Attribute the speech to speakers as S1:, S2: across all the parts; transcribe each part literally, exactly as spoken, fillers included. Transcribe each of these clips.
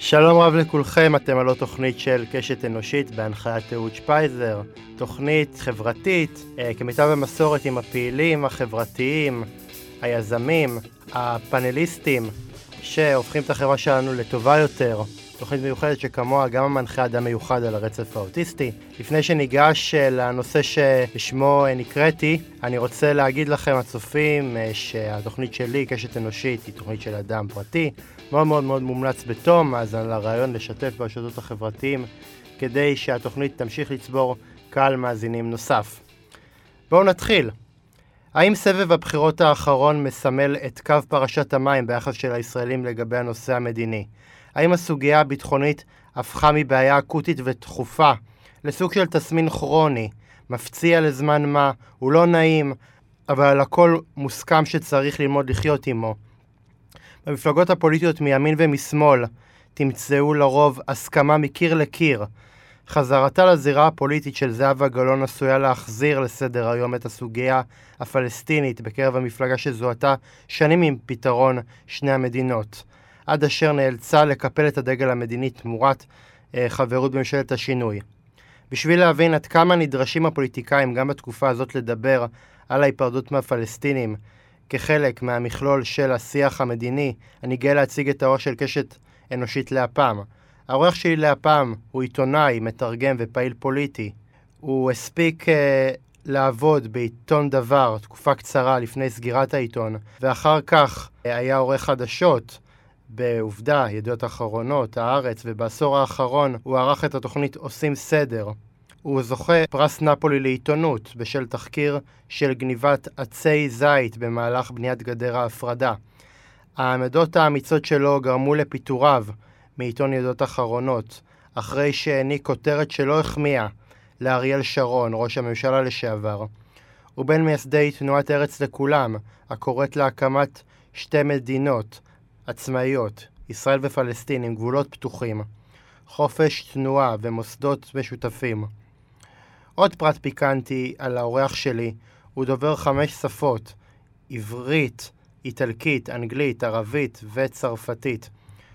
S1: שלום רב לכולכם, אתם על התוכנית של קשת אנושית בהנחיית אהוד שפייזר, תוכנית חברתית, אה, כמיטב המסורת עם הפעילים החברתיים, היזמים, הפאנליסטים שהופכים את החברה שלנו לטובה יותר, תוכנית מיוחדת שכמוה גם המנחה אדם מיוחד על הרצף האוטיסטי. לפני שניגש לנושא שלשמו נקראתי, אני רוצה להגיד לכם הצופים שהתוכנית שלי, קשת אנושית, היא תוכנית של אדם פרטי, מאוד מאוד מאוד מומלץ בתום, אז על הרעיון לשתף ברשתות החברתיים, כדי שהתוכנית תמשיך לצבור קהל מאזינים נוסף. בואו נתחיל. האם סבב הבחירות האחרון מסמל את קו פרשת המים ביחס של הישראלים לגבי הנושא המדיני? האם הסוגיה הביטחונית הפכה מבעיה אקוטית ודחופה לסוג של תסמין כרוני, מפציע לזמן מה, הוא לא נעים, אבל על הכל מוסכם שצריך ללמוד לחיות עמו? במפלגות הפוליטיות מימין ומשמאל תמצאו לרוב הסכמה מקיר לקיר. חזרתה לזירה הפוליטית של זהבה גלאון עשויה להחזיר לסדר היום את הסוגיה הפלסטינית בקרב המפלגה שזוהתה שנים עם פתרון שני המדינות, עד אשר נאלצה לקפל את הדגל המדיני תמורת אה, חברות בממשלת השינוי. בשביל להבין עד כמה נדרשים הפוליטיקאים גם בתקופה הזאת לדבר על ההיפרדות מהפלסטינים כחלק מהמכלול של השיח המדיני, אני גאה להציג את האורח של קשת אנושית להפעם. האורח שלי להפעם הוא עיתונאי, מתרגם ופעיל פוליטי. הוא הספיק אה, לעבוד בעיתון דבר תקופה קצרה לפני סגירת העיתון, ואחר כך אה, היה עורך חדשות בעובדה, ידיעות אחרונות, הארץ, ובעשור האחרון הוא ערך את התוכנית עושים סדר. הוא זוכה פרס נפולי לעיתונות בשל תחקיר של גניבת עצי זית במהלך בניית גדר ההפרדה. העמדות האמיצות שלו גרמו לפיטוריו מעיתון ידיעות אחרונות, אחרי שהעניק כותרת שלא החמיאה לאריאל שרון, ראש הממשלה לשעבר. הוא בין מייסדי תנועת ארץ לכולם, הקוראת להקמת שתי מדינות עצמאיות, ישראל ופלסטין, עם גבולות פתוחים, חופש תנועה ומוסדות משותפים. עוד פרט פיקנטי על האורח שלי, הוא דובר חמש שפות, עברית, איטלקית, אנגלית, ערבית וצרפתית.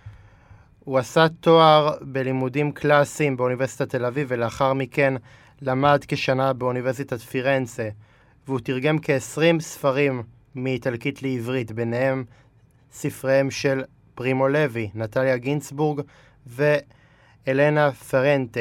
S1: הוא עשה תואר בלימודים קלאסיים באוניברסיטת תל אביב, ולאחר מכן למד כשנה באוניברסיטת פירנצה, והוא תרגם כ-עשרים ספרים מאיטלקית לעברית, ביניהם ספריהם של פרימו לוי, נטליה גינסבורג ואלנה פרנטה.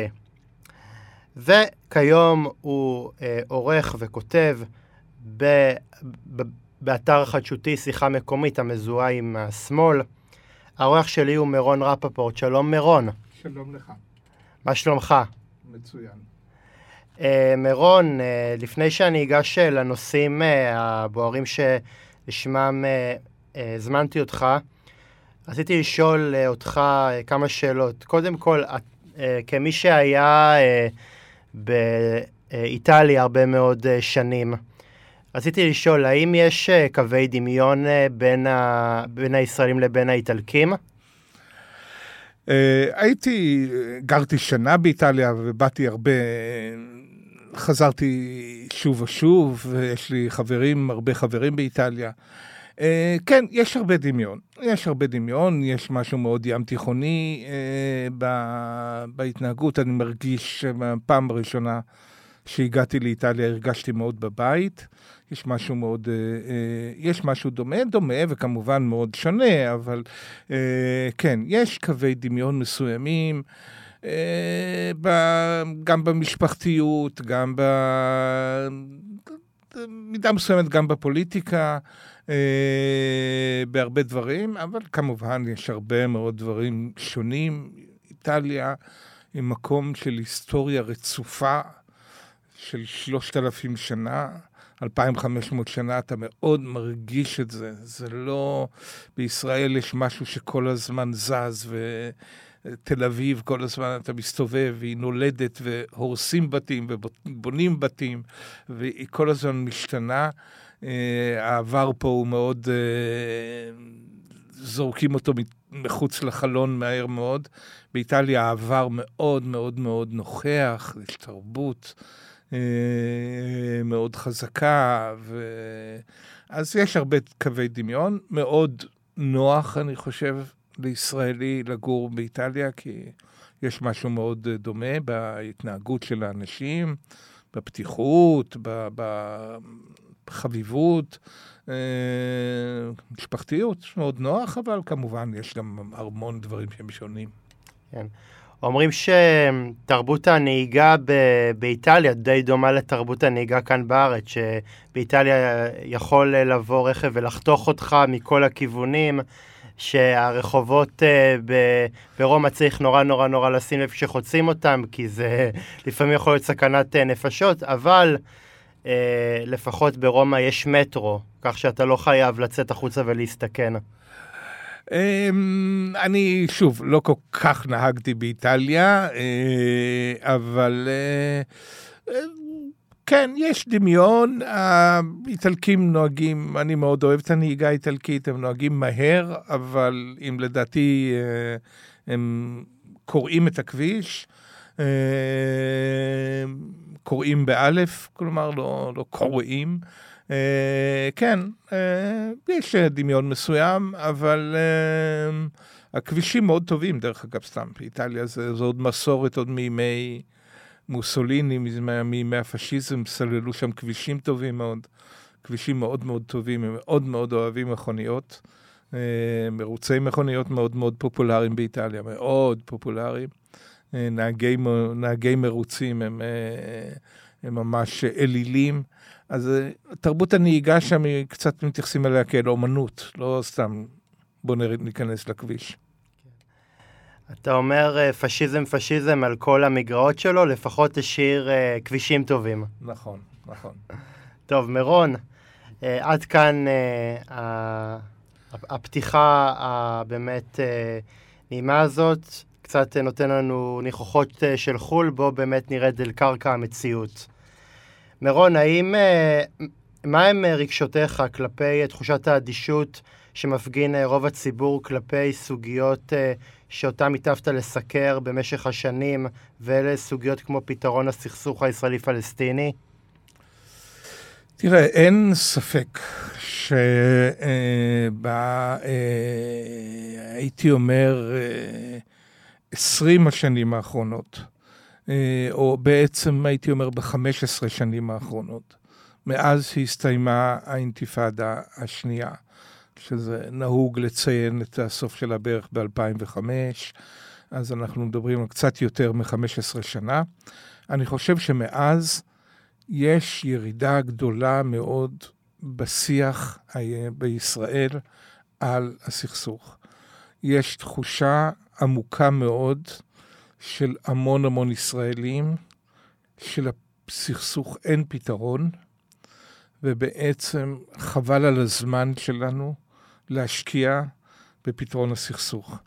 S1: וכיום הוא אה, עורך וכותב ב, ב, באתר חדשותי שיחה מקומית המזוהה עם השמאל. האורח שלי הוא מירון רפפורט. שלום מירון.
S2: שלום לך.
S1: מה שלומך?
S2: מצוין.
S1: אה, מירון, אה, לפני שאני אגש לנושאים אה, הבוערים שלשמם אה, אה, הזמנתי אותך, רציתי לשאול אה, אותך אה, כמה שאלות. קודם כל, אה, כמי שהיה אה, באיטליה הרבה מאוד אה, שנים, רציתי לשאול, האם יש uh, קווי דמיון uh, בין, ה... בין הישראלים לבין האיטלקים?
S2: Uh, הייתי, גרתי שנה באיטליה ובאתי הרבה, חזרתי שוב ושוב, ויש לי חברים, הרבה חברים באיטליה. Uh, כן, יש הרבה דמיון. יש הרבה דמיון, יש משהו מאוד ים תיכוני uh, ב... בהתנהגות. אני מרגיש פעם ראשונה שהגעתי לאיטליה, הרגשתי מאוד בבית. יש משהו מאוד, יש משהו דומה, דומה וכמובן מאוד שונה, אבל כן, יש קווי דמיון מסוימים, גם במשפחתיות, גם במידה מסוימת, גם בפוליטיקה, בהרבה דברים, אבל כמובן יש הרבה מאוד דברים שונים. איטליה היא מקום של היסטוריה רצופה של שלושת אלפים שנה, אלפיים וחמש מאות שנה, אתה מאוד מרגיש את זה. זה לא, בישראל יש משהו שכל הזמן זז, ותל אביב כל הזמן אתה מסתובב, והיא נולדת, והורסים בתים, ובונים בתים, והיא כל הזמן משתנה. העבר פה הוא מאוד, זורקים אותו מחוץ לחלון מהר מאוד. באיטליה העבר מאוד מאוד מאוד נוכח, יש תרבות מאוד חזקה, ו... אז יש הרבה קווי דמיון, מאוד נוח, אני חושב, לישראלי לגור באיטליה, כי יש משהו מאוד דומה בהתנהגות של האנשים, בפתיחות, בחביבות, משפחתיות, מאוד נוח, אבל כמובן יש גם המון דברים שהם שונים.
S1: כן. אומרים שתרבות הנהיגה ב- באיטליה די דומה לתרבות הנהיגה כאן בארץ, שבאיטליה יכול לבוא רכב ולחתוך אותך מכל הכיוונים, שהרחובות ב- ברומא צריך נורא נורא נורא לשים לב שחוצים אותם, כי זה לפעמים יכול להיות סכנת נפשות, אבל אה, לפחות ברומא יש מטרו, כך שאתה לא חייב לצאת החוצה ולהסתכן.
S2: אני, שוב, לא כל כך נהגתי באיטליה, אבל כן, יש דמיון. האיטלקים נוהגים, אני מאוד אוהב את הנהיגה האיטלקית, הם נוהגים מהר, אבל אם לדעתי הם קוראים את הכביש, קוראים באלף, כלומר לא, לא קוראים. Uh, כן, uh, יש דמיון מסוים, אבל uh, הכבישים מאוד טובים, דרך אגב, סתם. באיטליה זה, זה עוד מסורת, עוד מימי מוסוליני, מימי הפשיזם, סללו שם כבישים טובים מאוד, כבישים מאוד מאוד טובים, הם מאוד מאוד אוהבים מכוניות, uh, מרוצי מכוניות מאוד מאוד פופולריים באיטליה, מאוד פופולריים. Uh, נהגי, נהגי מרוצים הם, uh, הם ממש אלילים, אז תרבות הנהיגה שם היא קצת מתייחסים אליה כאל אומנות, לא סתם בוא ניכנס לכביש.
S1: אתה אומר פשיזם פשיזם על כל המגרעות שלו, לפחות השאיר כבישים טובים.
S2: נכון, נכון.
S1: טוב, מירון, עד כאן הפתיחה הבאמת נעימה הזאת, קצת נותן לנו ניחוחות של חול, בו באמת נרד אל קרקע המציאות. מירון, האם, מה הם רגשותיך כלפי תחושת האדישות שמפגין רוב הציבור כלפי סוגיות שאותם היטבת לסקר במשך השנים, ואלה סוגיות כמו פתרון הסכסוך הישראלי-פלסטיני?
S2: תראה, אין ספק שהייתי אומר עשרים השנים האחרונות, או בעצם הייתי אומר ב-חמש עשרה שנים האחרונות, מאז הסתיימה האינתיפאדה השנייה, שזה נהוג לציין את הסוף שלה בערך ב-אלפיים וחמש, אז אנחנו מדברים על קצת יותר מ-חמש עשרה שנה. אני חושב שמאז יש ירידה גדולה מאוד בשיח בישראל על הסכסוך. יש תחושה עמוקה מאוד של המון המון ישראלים, של הסכסוך אין פתרון, ובעצם חבל על הזמן שלנו להשקיע בפתרון הסכסוך.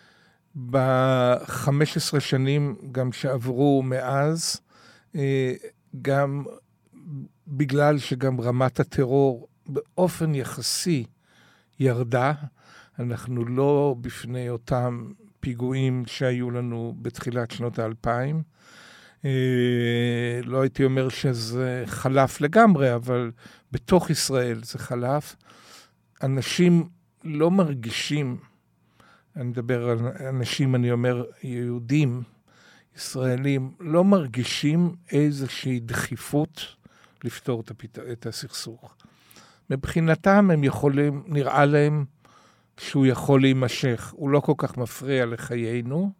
S2: ב-חמש עשרה שנים גם שעברו מאז, גם בגלל שגם רמת הטרור באופן יחסי ירדה, אנחנו לא בפני אותם פיגועים שהיו לנו בתחילת שנות האלפיים. לא הייתי אומר שזה חלף לגמרי, אבל בתוך ישראל זה חלף. אנשים לא מרגישים, אני מדבר על אנשים, אני אומר יהודים, ישראלים, לא מרגישים איזושהי דחיפות לפתור את, הפת... את הסכסוך. מבחינתם הם יכולים, נראה להם שהוא יכול להימשך, הוא לא כל כך מפריע לחיינו.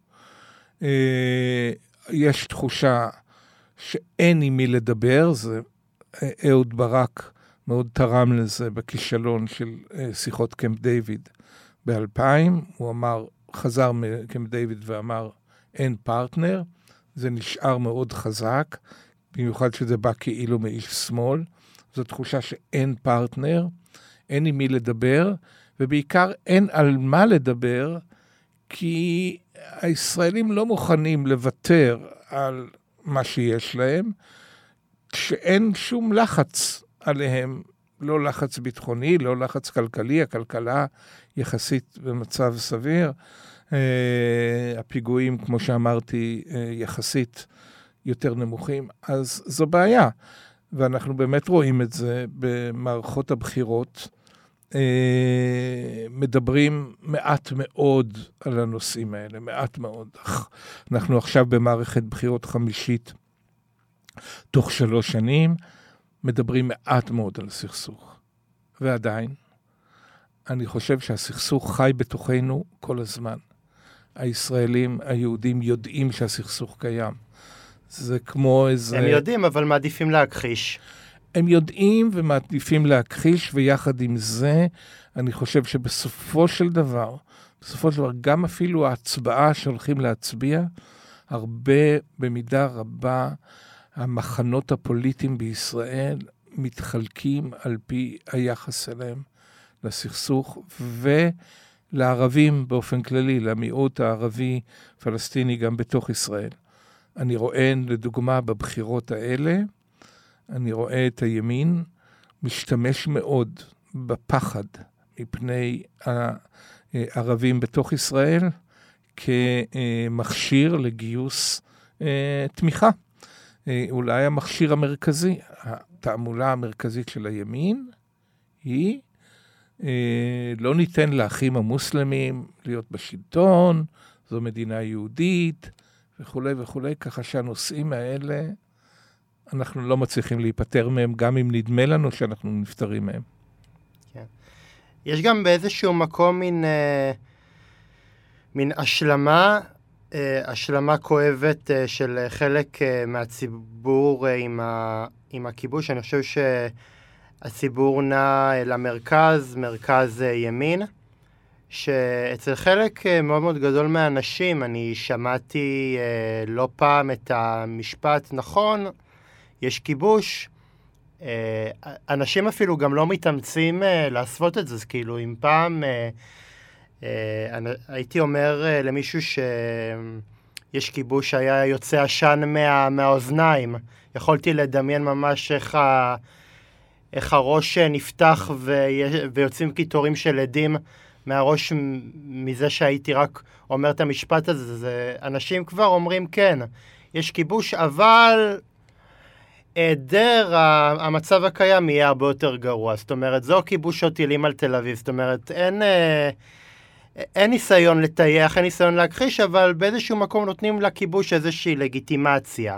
S2: יש תחושה שאין עם מי לדבר, זה אהוד ברק מאוד תרם לזה בכישלון של שיחות קמפ דיוויד ב-אלפיים, הוא אמר, חזר מקמפ דיוויד ואמר, אין פרטנר, זה נשאר מאוד חזק, במיוחד שזה בא כאילו מאיש שמאל, זו תחושה שאין פרטנר, אין עם מי לדבר, ובעיקר אין על מה לדבר, כי הישראלים לא מוכנים לוותר על מה שיש להם, כשאין שום לחץ עליהם, לא לחץ ביטחוני, לא לחץ כלכלי, הכלכלה יחסית במצב סביר, הפיגועים, כמו שאמרתי, יחסית יותר נמוכים, אז זו בעיה, ואנחנו באמת רואים את זה במערכות הבחירות, אה, מדברים מעט מאוד על הנושאים האלה, מעט מאוד. אנחנו עכשיו במערכת בחירות חמישית, תוך שלוש שנים, מדברים מעט מאוד על הסכסוך. ועדיין, אני חושב שהסכסוך חי בתוכנו כל הזמן. הישראלים, היהודים, יודעים שהסכסוך קיים. זה כמו איזה...
S1: הם יודעים, אבל מעדיפים להכחיש.
S2: הם יודעים ומעדיפים להכחיש, ויחד עם זה, אני חושב שבסופו של דבר, בסופו של דבר, גם אפילו ההצבעה שהולכים להצביע, הרבה, במידה רבה, המחנות הפוליטיים בישראל מתחלקים על פי היחס אליהם לסכסוך, ולערבים באופן כללי, למיעוט הערבי פלסטיני גם בתוך ישראל. אני רואה, לדוגמה, בבחירות האלה, אני רואה את הימין משתמש מאוד בפחד מפני הערבים בתוך ישראל כמכשיר לגיוס תמיכה. אולי המכשיר המרכזי, התעמולה המרכזית של הימין היא לא ניתן לאחים המוסלמים להיות בשלטון, זו מדינה יהודית וכו' וכו', ככה שהנושאים האלה אנחנו לא מצליחים להיפטר מהם, גם אם נדמה לנו שאנחנו נפטרים מהם.
S1: כן. יש גם באיזשהו מקום מין, אה, מין השלמה, אה, השלמה כואבת אה, של חלק אה, מהציבור אה, עם, ה, עם הכיבוש. אני חושב שהציבור נע למרכז, מרכז אה, ימין, שאצל חלק אה, מאוד מאוד גדול מהאנשים, אני שמעתי אה, לא פעם את המשפט נכון, יש כיבוש, אנשים אפילו גם לא מתאמצים להסוות את זה, אז כאילו אם פעם הייתי אומר למישהו שיש כיבוש היה יוצא עשן מה, מהאוזניים, יכולתי לדמיין ממש איך, ה, איך הראש נפתח ויוצאים קיטורים של עדים מהראש מזה שהייתי רק אומר את המשפט הזה. זה, אנשים כבר אומרים כן, יש כיבוש, אבל היעדר המצב הקיים יהיה הרבה יותר גרוע. זאת אומרת, זו כיבוש או טילים על תל אביב. זאת אומרת, אין, אין ניסיון לטייח, אין ניסיון להכחיש, אבל באיזשהו מקום נותנים לכיבוש איזושהי לגיטימציה.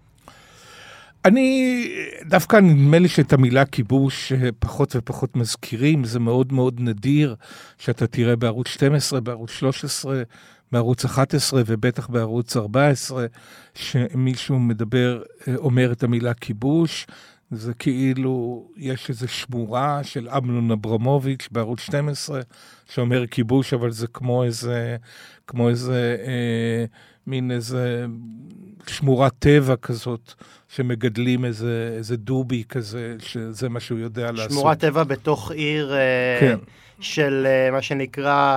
S2: אני, דווקא נדמה לי שאת המילה כיבוש פחות ופחות מזכירים, זה מאוד מאוד נדיר שאתה תראה בערוץ שתים עשרה, בערוץ שלוש עשרה, בערוץ אחת עשרה ובטח בערוץ ארבע עשרה, שמישהו מדבר, אומר את המילה כיבוש, זה כאילו יש איזו שמורה של אמנון אברמוביץ' בערוץ שתים עשרה, שאומר כיבוש, אבל זה כמו איזה, כמו איזה, אה, מין איזה שמורת טבע כזאת, שמגדלים איזה, איזה דובי כזה, שזה מה שהוא יודע לעשות.
S1: שמורת טבע בתוך עיר
S2: כן.
S1: של מה שנקרא,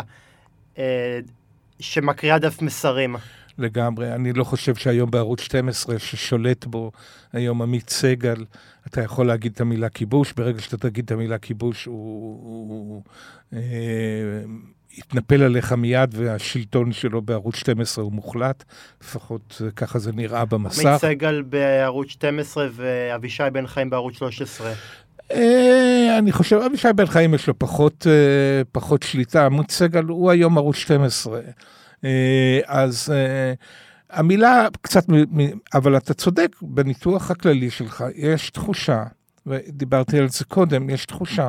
S1: שמקריאה דף מסרים.
S2: לגמרי. אני לא חושב שהיום בערוץ שתים עשרה ששולט בו היום עמית סגל, אתה יכול להגיד את המילה כיבוש, ברגע שאתה תגיד את המילה כיבוש, הוא, הוא, הוא אה, יתנפל עליך מיד, והשלטון שלו בערוץ שתים עשרה הוא מוחלט, לפחות ככה זה נראה במסך.
S1: עמית סגל בערוץ שתים עשרה ואבישי בן חיים בערוץ שלוש עשרה.
S2: אני חושב, אבישי בן חיים יש לו פחות, פחות שליטה, עמית סגל הוא היום ערוץ שתים עשרה. אז המילה קצת, אבל אתה צודק, בניתוח הכללי שלך, יש תחושה, ודיברתי על זה קודם, יש תחושה,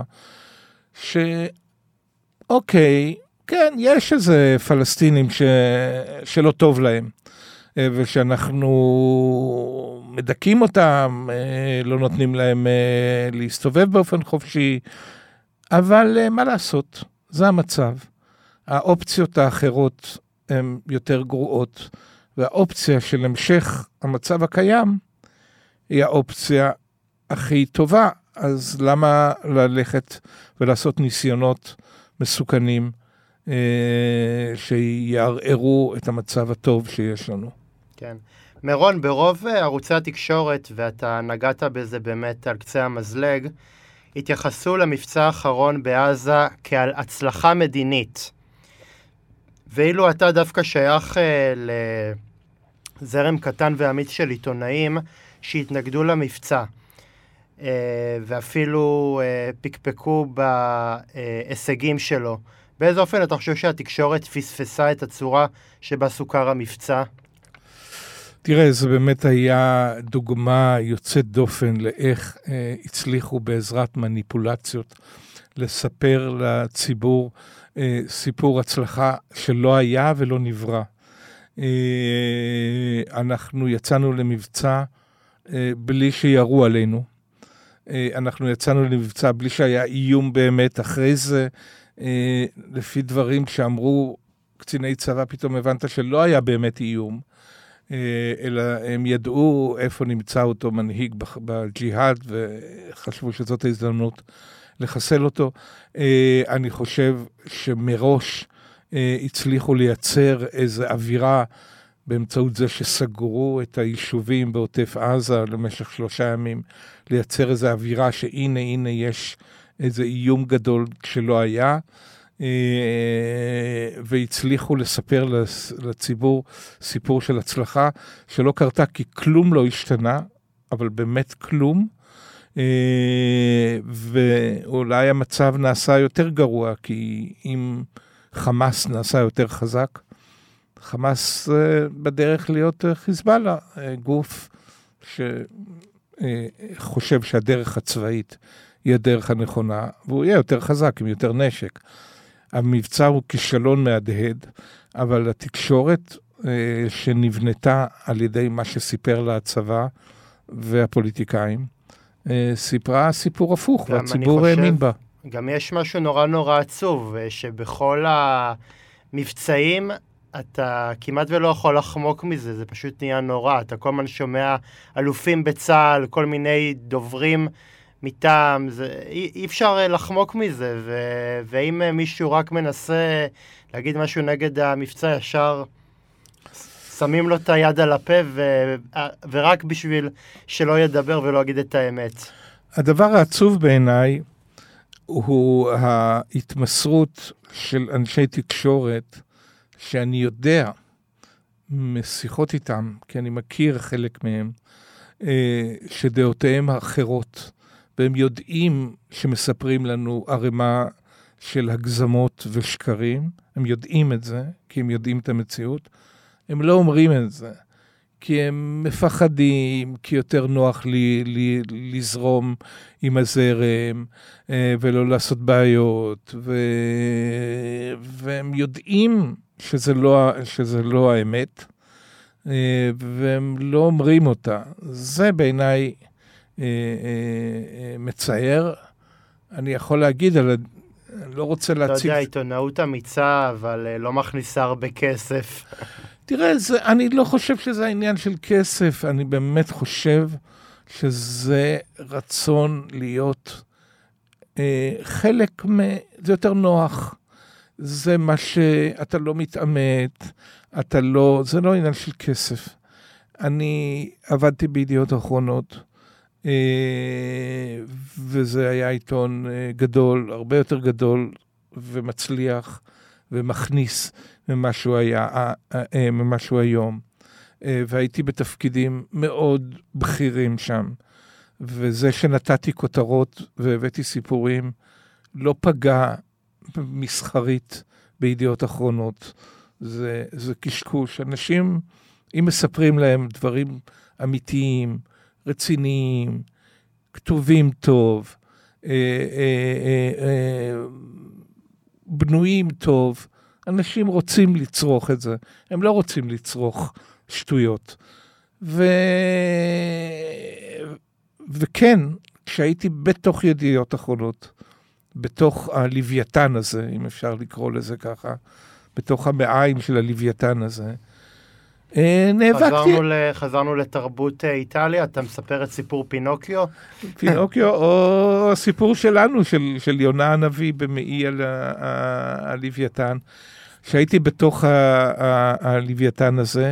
S2: שאוקיי, כן, יש איזה פלסטינים ש... שלא טוב להם, ושאנחנו מדקים אותם, לא נותנים להם להסתובב באופן חופשי, אבל מה לעשות? זה המצב. האופציות האחרות הן יותר גרועות, והאופציה של המשך המצב הקיים היא האופציה הכי טובה. אז למה ללכת ולעשות ניסיונות מסוכנים אה, שיערערו את המצב הטוב שיש לנו?
S1: כן. מירון, ברוב ערוצי התקשורת, ואתה נגעת בזה באמת על קצה המזלג, התייחסו למבצע האחרון בעזה כעל הצלחה מדינית. ואילו אתה דווקא שייך אה, לזרם קטן ואמיץ של עיתונאים שהתנגדו למבצע. ואפילו פקפקו בהישגים שלו. באיזה אופן אתה חושב שהתקשורת פספסה את הצורה שבה סוכר המבצע?
S2: תראה, זה באמת היה דוגמה יוצאת דופן לאיך אה, הצליחו בעזרת מניפולציות לספר לציבור אה, סיפור הצלחה שלא היה ולא נברא. אה, אנחנו יצאנו למבצע אה, בלי שירו עלינו. אה, אנחנו יצאנו למבצע בלי שהיה איום באמת. אחרי זה, אה, לפי דברים שאמרו קציני צבא, פתאום הבנת שלא היה באמת איום. אלא הם ידעו איפה נמצא אותו מנהיג בג'יהאד, וחשבו שזאת ההזדמנות לחסל אותו. אני חושב שמראש הצליחו לייצר איזו אווירה, באמצעות זה שסגרו את היישובים בעוטף עזה למשך שלושה ימים, לייצר איזו אווירה שהנה, הנה יש איזה איום גדול שלא היה, והצליחו לספר לציבור סיפור של הצלחה שלא קרתה, כי כלום לא השתנה, אבל באמת כלום, ואולי המצב נעשה יותר גרוע, כי אם חמאס נעשה יותר חזק, חמאס בדרך להיות חיזבאללה, גוף שחושב שהדרך הצבאית היא הדרך הנכונה, והוא יהיה יותר חזק עם יותר נשק. המבצע הוא כישלון מהדהד, אבל התקשורת אה, שנבנתה על ידי מה שסיפר לה הצבא והפוליטיקאים, אה, סיפרה סיפור הפוך, והציבור האמין בה.
S1: גם יש משהו נורא נורא עצוב, שבכל המבצעים אתה כמעט ולא יכול לחמוק מזה, זה פשוט נהיה נורא. אתה כל הזמן שומע אלופים בצה"ל, כל מיני דוברים מטעם, זה, אי, אי אפשר לחמוק מזה, ו, ואם מישהו רק מנסה להגיד משהו נגד המבצע, ישר שמים לו את היד על הפה, ו, ורק בשביל שלא ידבר ולא יגיד את האמת.
S2: הדבר העצוב בעיניי הוא ההתמסרות של אנשי תקשורת, שאני יודע משיחות איתם, כי אני מכיר חלק מהם, שדעותיהם האחרות, והם יודעים שמספרים לנו ערימה של הגזמות ושקרים, הם יודעים את זה, כי הם יודעים את המציאות, הם לא אומרים את זה, כי הם מפחדים, כי יותר נוח לי, לי לזרום עם הזרם, ולא לעשות בעיות, ו... והם יודעים שזה לא, שזה לא האמת, והם לא אומרים אותה. זה בעיניי מצער. אני יכול להגיד, אני לא רוצה להציג...
S1: אתה יודע, עיתונאות אמיצה, אבל לא מכניסה הרבה כסף.
S2: תראה, זה, אני לא חושב שזה העניין של כסף, אני באמת חושב שזה רצון להיות אה, חלק מ... זה יותר נוח. זה מה שאתה לא מתאמת, אתה לא... זה לא עניין של כסף. אני עבדתי בידיעות אחרונות, וזה היה עיתון גדול, הרבה יותר גדול ומצליח ומכניס ממה שהוא היה, ממה שהוא היום. והייתי בתפקידים מאוד בכירים שם, וזה שנתתי כותרות והבאתי סיפורים, לא פגע מסחרית בידיעות אחרונות. זה, זה קשקוש. אנשים, אם מספרים להם דברים אמיתיים, רציניים, כתובים טוב, אה, אה, אה, אה, בנויים טוב, אנשים רוצים לצרוך את זה. הם לא רוצים לצרוך שטויות. ו... וכן, כשהייתי בתוך ידיעות אחרונות, בתוך הלוויתן הזה, אם אפשר לקרוא לזה ככה, בתוך המעיים של הלוויתן הזה, נאבקתי.
S1: חזרנו, ל... חזרנו לתרבות איטליה, אתה מספר את סיפור פינוקיו?
S2: פינוקיו, או הסיפור שלנו, של, של יונה הנביא במעי על הלוויתן, שהייתי בתוך הלוויתן הזה,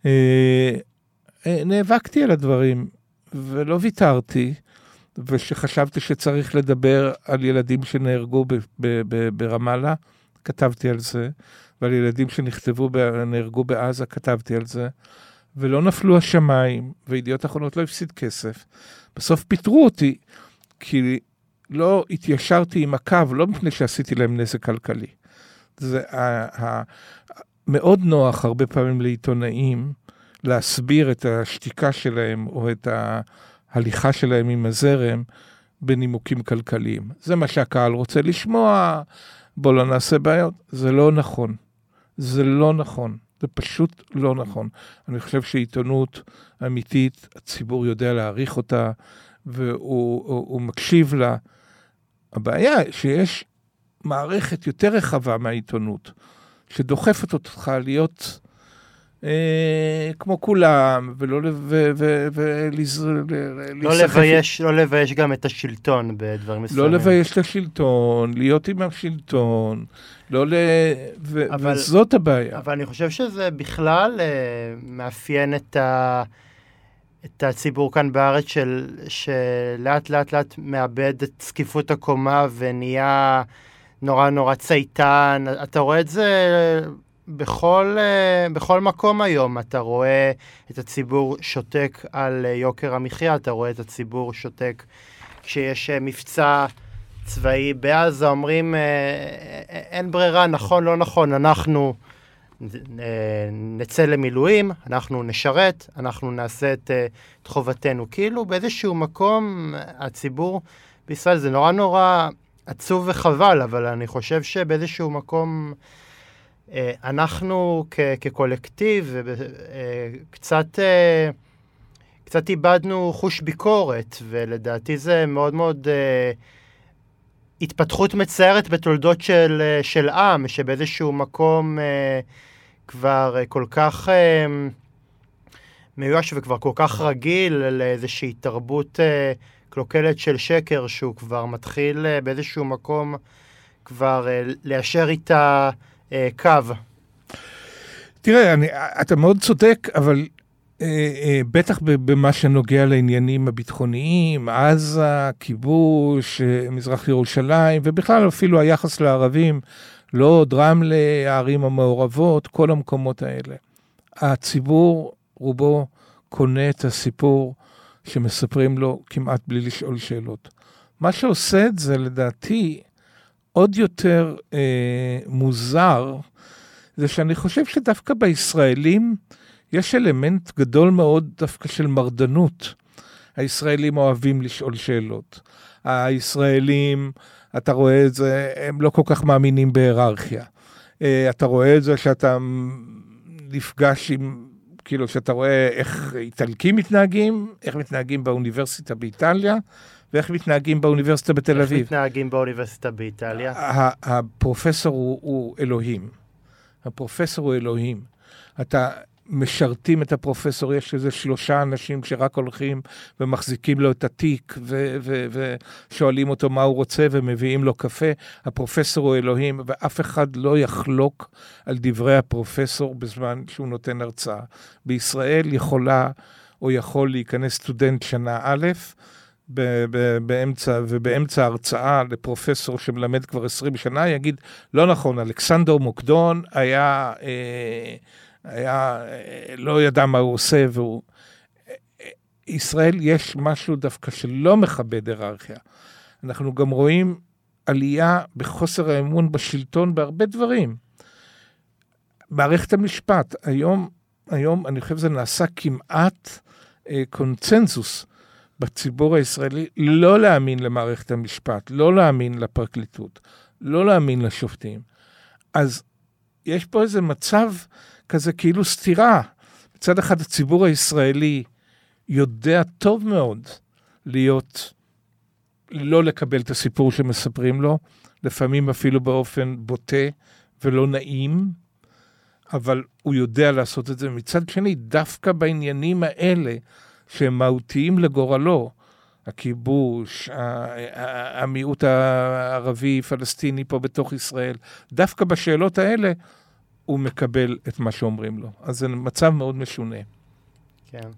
S2: נאבקתי על הדברים, ולא ויתרתי, ושחשבתי שצריך לדבר על ילדים שנהרגו ב, ב, ב, ברמאללה, כתבתי על זה, ועל ילדים שנכתבו, נהרגו בעזה, כתבתי על זה, ולא נפלו השמיים, וידיעות אחרונות לא הפסיד כסף. בסוף פיטרו אותי, כי לא התיישרתי עם הקו, לא מפני שעשיתי להם נזק כלכלי. זה ה- ה- מאוד נוח הרבה פעמים לעיתונאים, להסביר את השתיקה שלהם, או את ההליכה שלהם עם הזרם, בנימוקים כלכליים. זה מה שהקהל רוצה לשמוע, בוא לא נעשה בעיות. זה לא נכון. זה לא נכון. זה פשוט לא נכון. אני חושב שעיתונות אמיתית, הציבור יודע להעריך אותה, והוא הוא, הוא מקשיב לה. הבעיה שיש מערכת יותר רחבה מהעיתונות, שדוחפת אותך להיות אה, כמו כולם, ולא ו, ו, ו,
S1: לא לבייש, לא לבייש גם את השלטון בדברים מסוימים.
S2: לא לבייש את השלטון, להיות עם השלטון, לא ל... ו, אבל, וזאת הבעיה.
S1: אבל אני חושב שזה בכלל אה, מאפיין את ה... את הציבור כאן בארץ של, שלאט לאט לאט מאבד את סקיפות הקומה ונהיה נורא נורא צייתן. אתה רואה את זה בכל, בכל מקום היום. אתה רואה את הציבור שותק על יוקר המחיה, אתה רואה את הציבור שותק כשיש מבצע צבאי בעזה, אומרים אין ברירה, נכון, לא נכון, אנחנו נצא למילואים, אנחנו נשרת, אנחנו נעשה את, את חובתנו. כאילו באיזשהו מקום הציבור בישראל, זה נורא נורא עצוב וחבל, אבל אני חושב שבאיזשהו מקום אנחנו כ- כקולקטיב קצת, קצת איבדנו חוש ביקורת, ולדעתי זה מאוד מאוד התפתחות מצערת בתולדות של, של עם, שבאיזשהו מקום אה, כבר אה, כל כך אה, מיואש וכבר כל כך רגיל לאיזושהי תרבות אה, קלוקלת של שקר, שהוא כבר מתחיל אה, באיזשהו מקום כבר אה, ליישר איתה אה, קו.
S2: תראה, אני, אתה מאוד צודק, אבל בטח במה שנוגע לעניינים הביטחוניים, עזה, כיבוש, מזרח ירושלים, ובכלל אפילו היחס לערבים, לוד, רמלה, הערים המעורבות, כל המקומות האלה. הציבור רובו קונה את הסיפור שמספרים לו כמעט בלי לשאול שאלות. מה שעושה את זה לדעתי עוד יותר אה, מוזר, זה שאני חושב שדווקא בישראלים, יש אלמנט גדול מאוד דווקא של מרדנות. הישראלים אוהבים לשאול שאלות. הישראלים, אתה רואה את זה, הם לא כל כך מאמינים בהיררכיה. אתה רואה את זה שאתה נפגש עם, כאילו שאתה רואה איך איטלקים מתנהגים, איך מתנהגים באוניברסיטה באיטליה, ואיך מתנהגים באוניברסיטה בתל אביב.
S1: איך מתנהגים באוניברסיטה באיטליה?
S2: הפרופסור הוא, הוא אלוהים. הפרופסור הוא אלוהים. אתה משרתים את הפרופסור, יש איזה שלושה אנשים שרק הולכים ומחזיקים לו את התיק ו- ו- ושואלים אותו מה הוא רוצה ומביאים לו קפה. הפרופסור הוא אלוהים, ואף אחד לא יחלוק על דברי הפרופסור בזמן שהוא נותן הרצאה. בישראל יכולה או יכול להיכנס סטודנט שנה א', ב- ב- באמצע, ובאמצע ההרצאה לפרופסור שמלמד כבר עשרים שנה, יגיד, לא נכון, אלכסנדר מוקדון היה... אה, היה, לא ידע מה הוא עושה, והוא... ישראל יש משהו דווקא שלא מכבד היררכיה. אנחנו גם רואים עלייה בחוסר האמון בשלטון בהרבה דברים. מערכת המשפט, היום, היום אני חושב זה נעשה כמעט אה, קונצנזוס בציבור הישראלי, לא להאמין למערכת המשפט, לא להאמין לפרקליטות, לא להאמין לשופטים. אז יש פה איזה מצב כזה כאילו סתירה. מצד אחד הציבור הישראלי יודע טוב מאוד להיות, לא לקבל את הסיפור שמספרים לו, לפעמים אפילו באופן בוטה ולא נעים, אבל הוא יודע לעשות את זה. מצד שני, דווקא בעניינים האלה שהם מהותיים לגורלו, הכיבוש, המיעוט הערבי, פלסטיני פה בתוך ישראל, דווקא בשאלות האלה, הוא מקבל את מה שאומרים לו. אז זה מצב מאוד משונה.
S1: כן.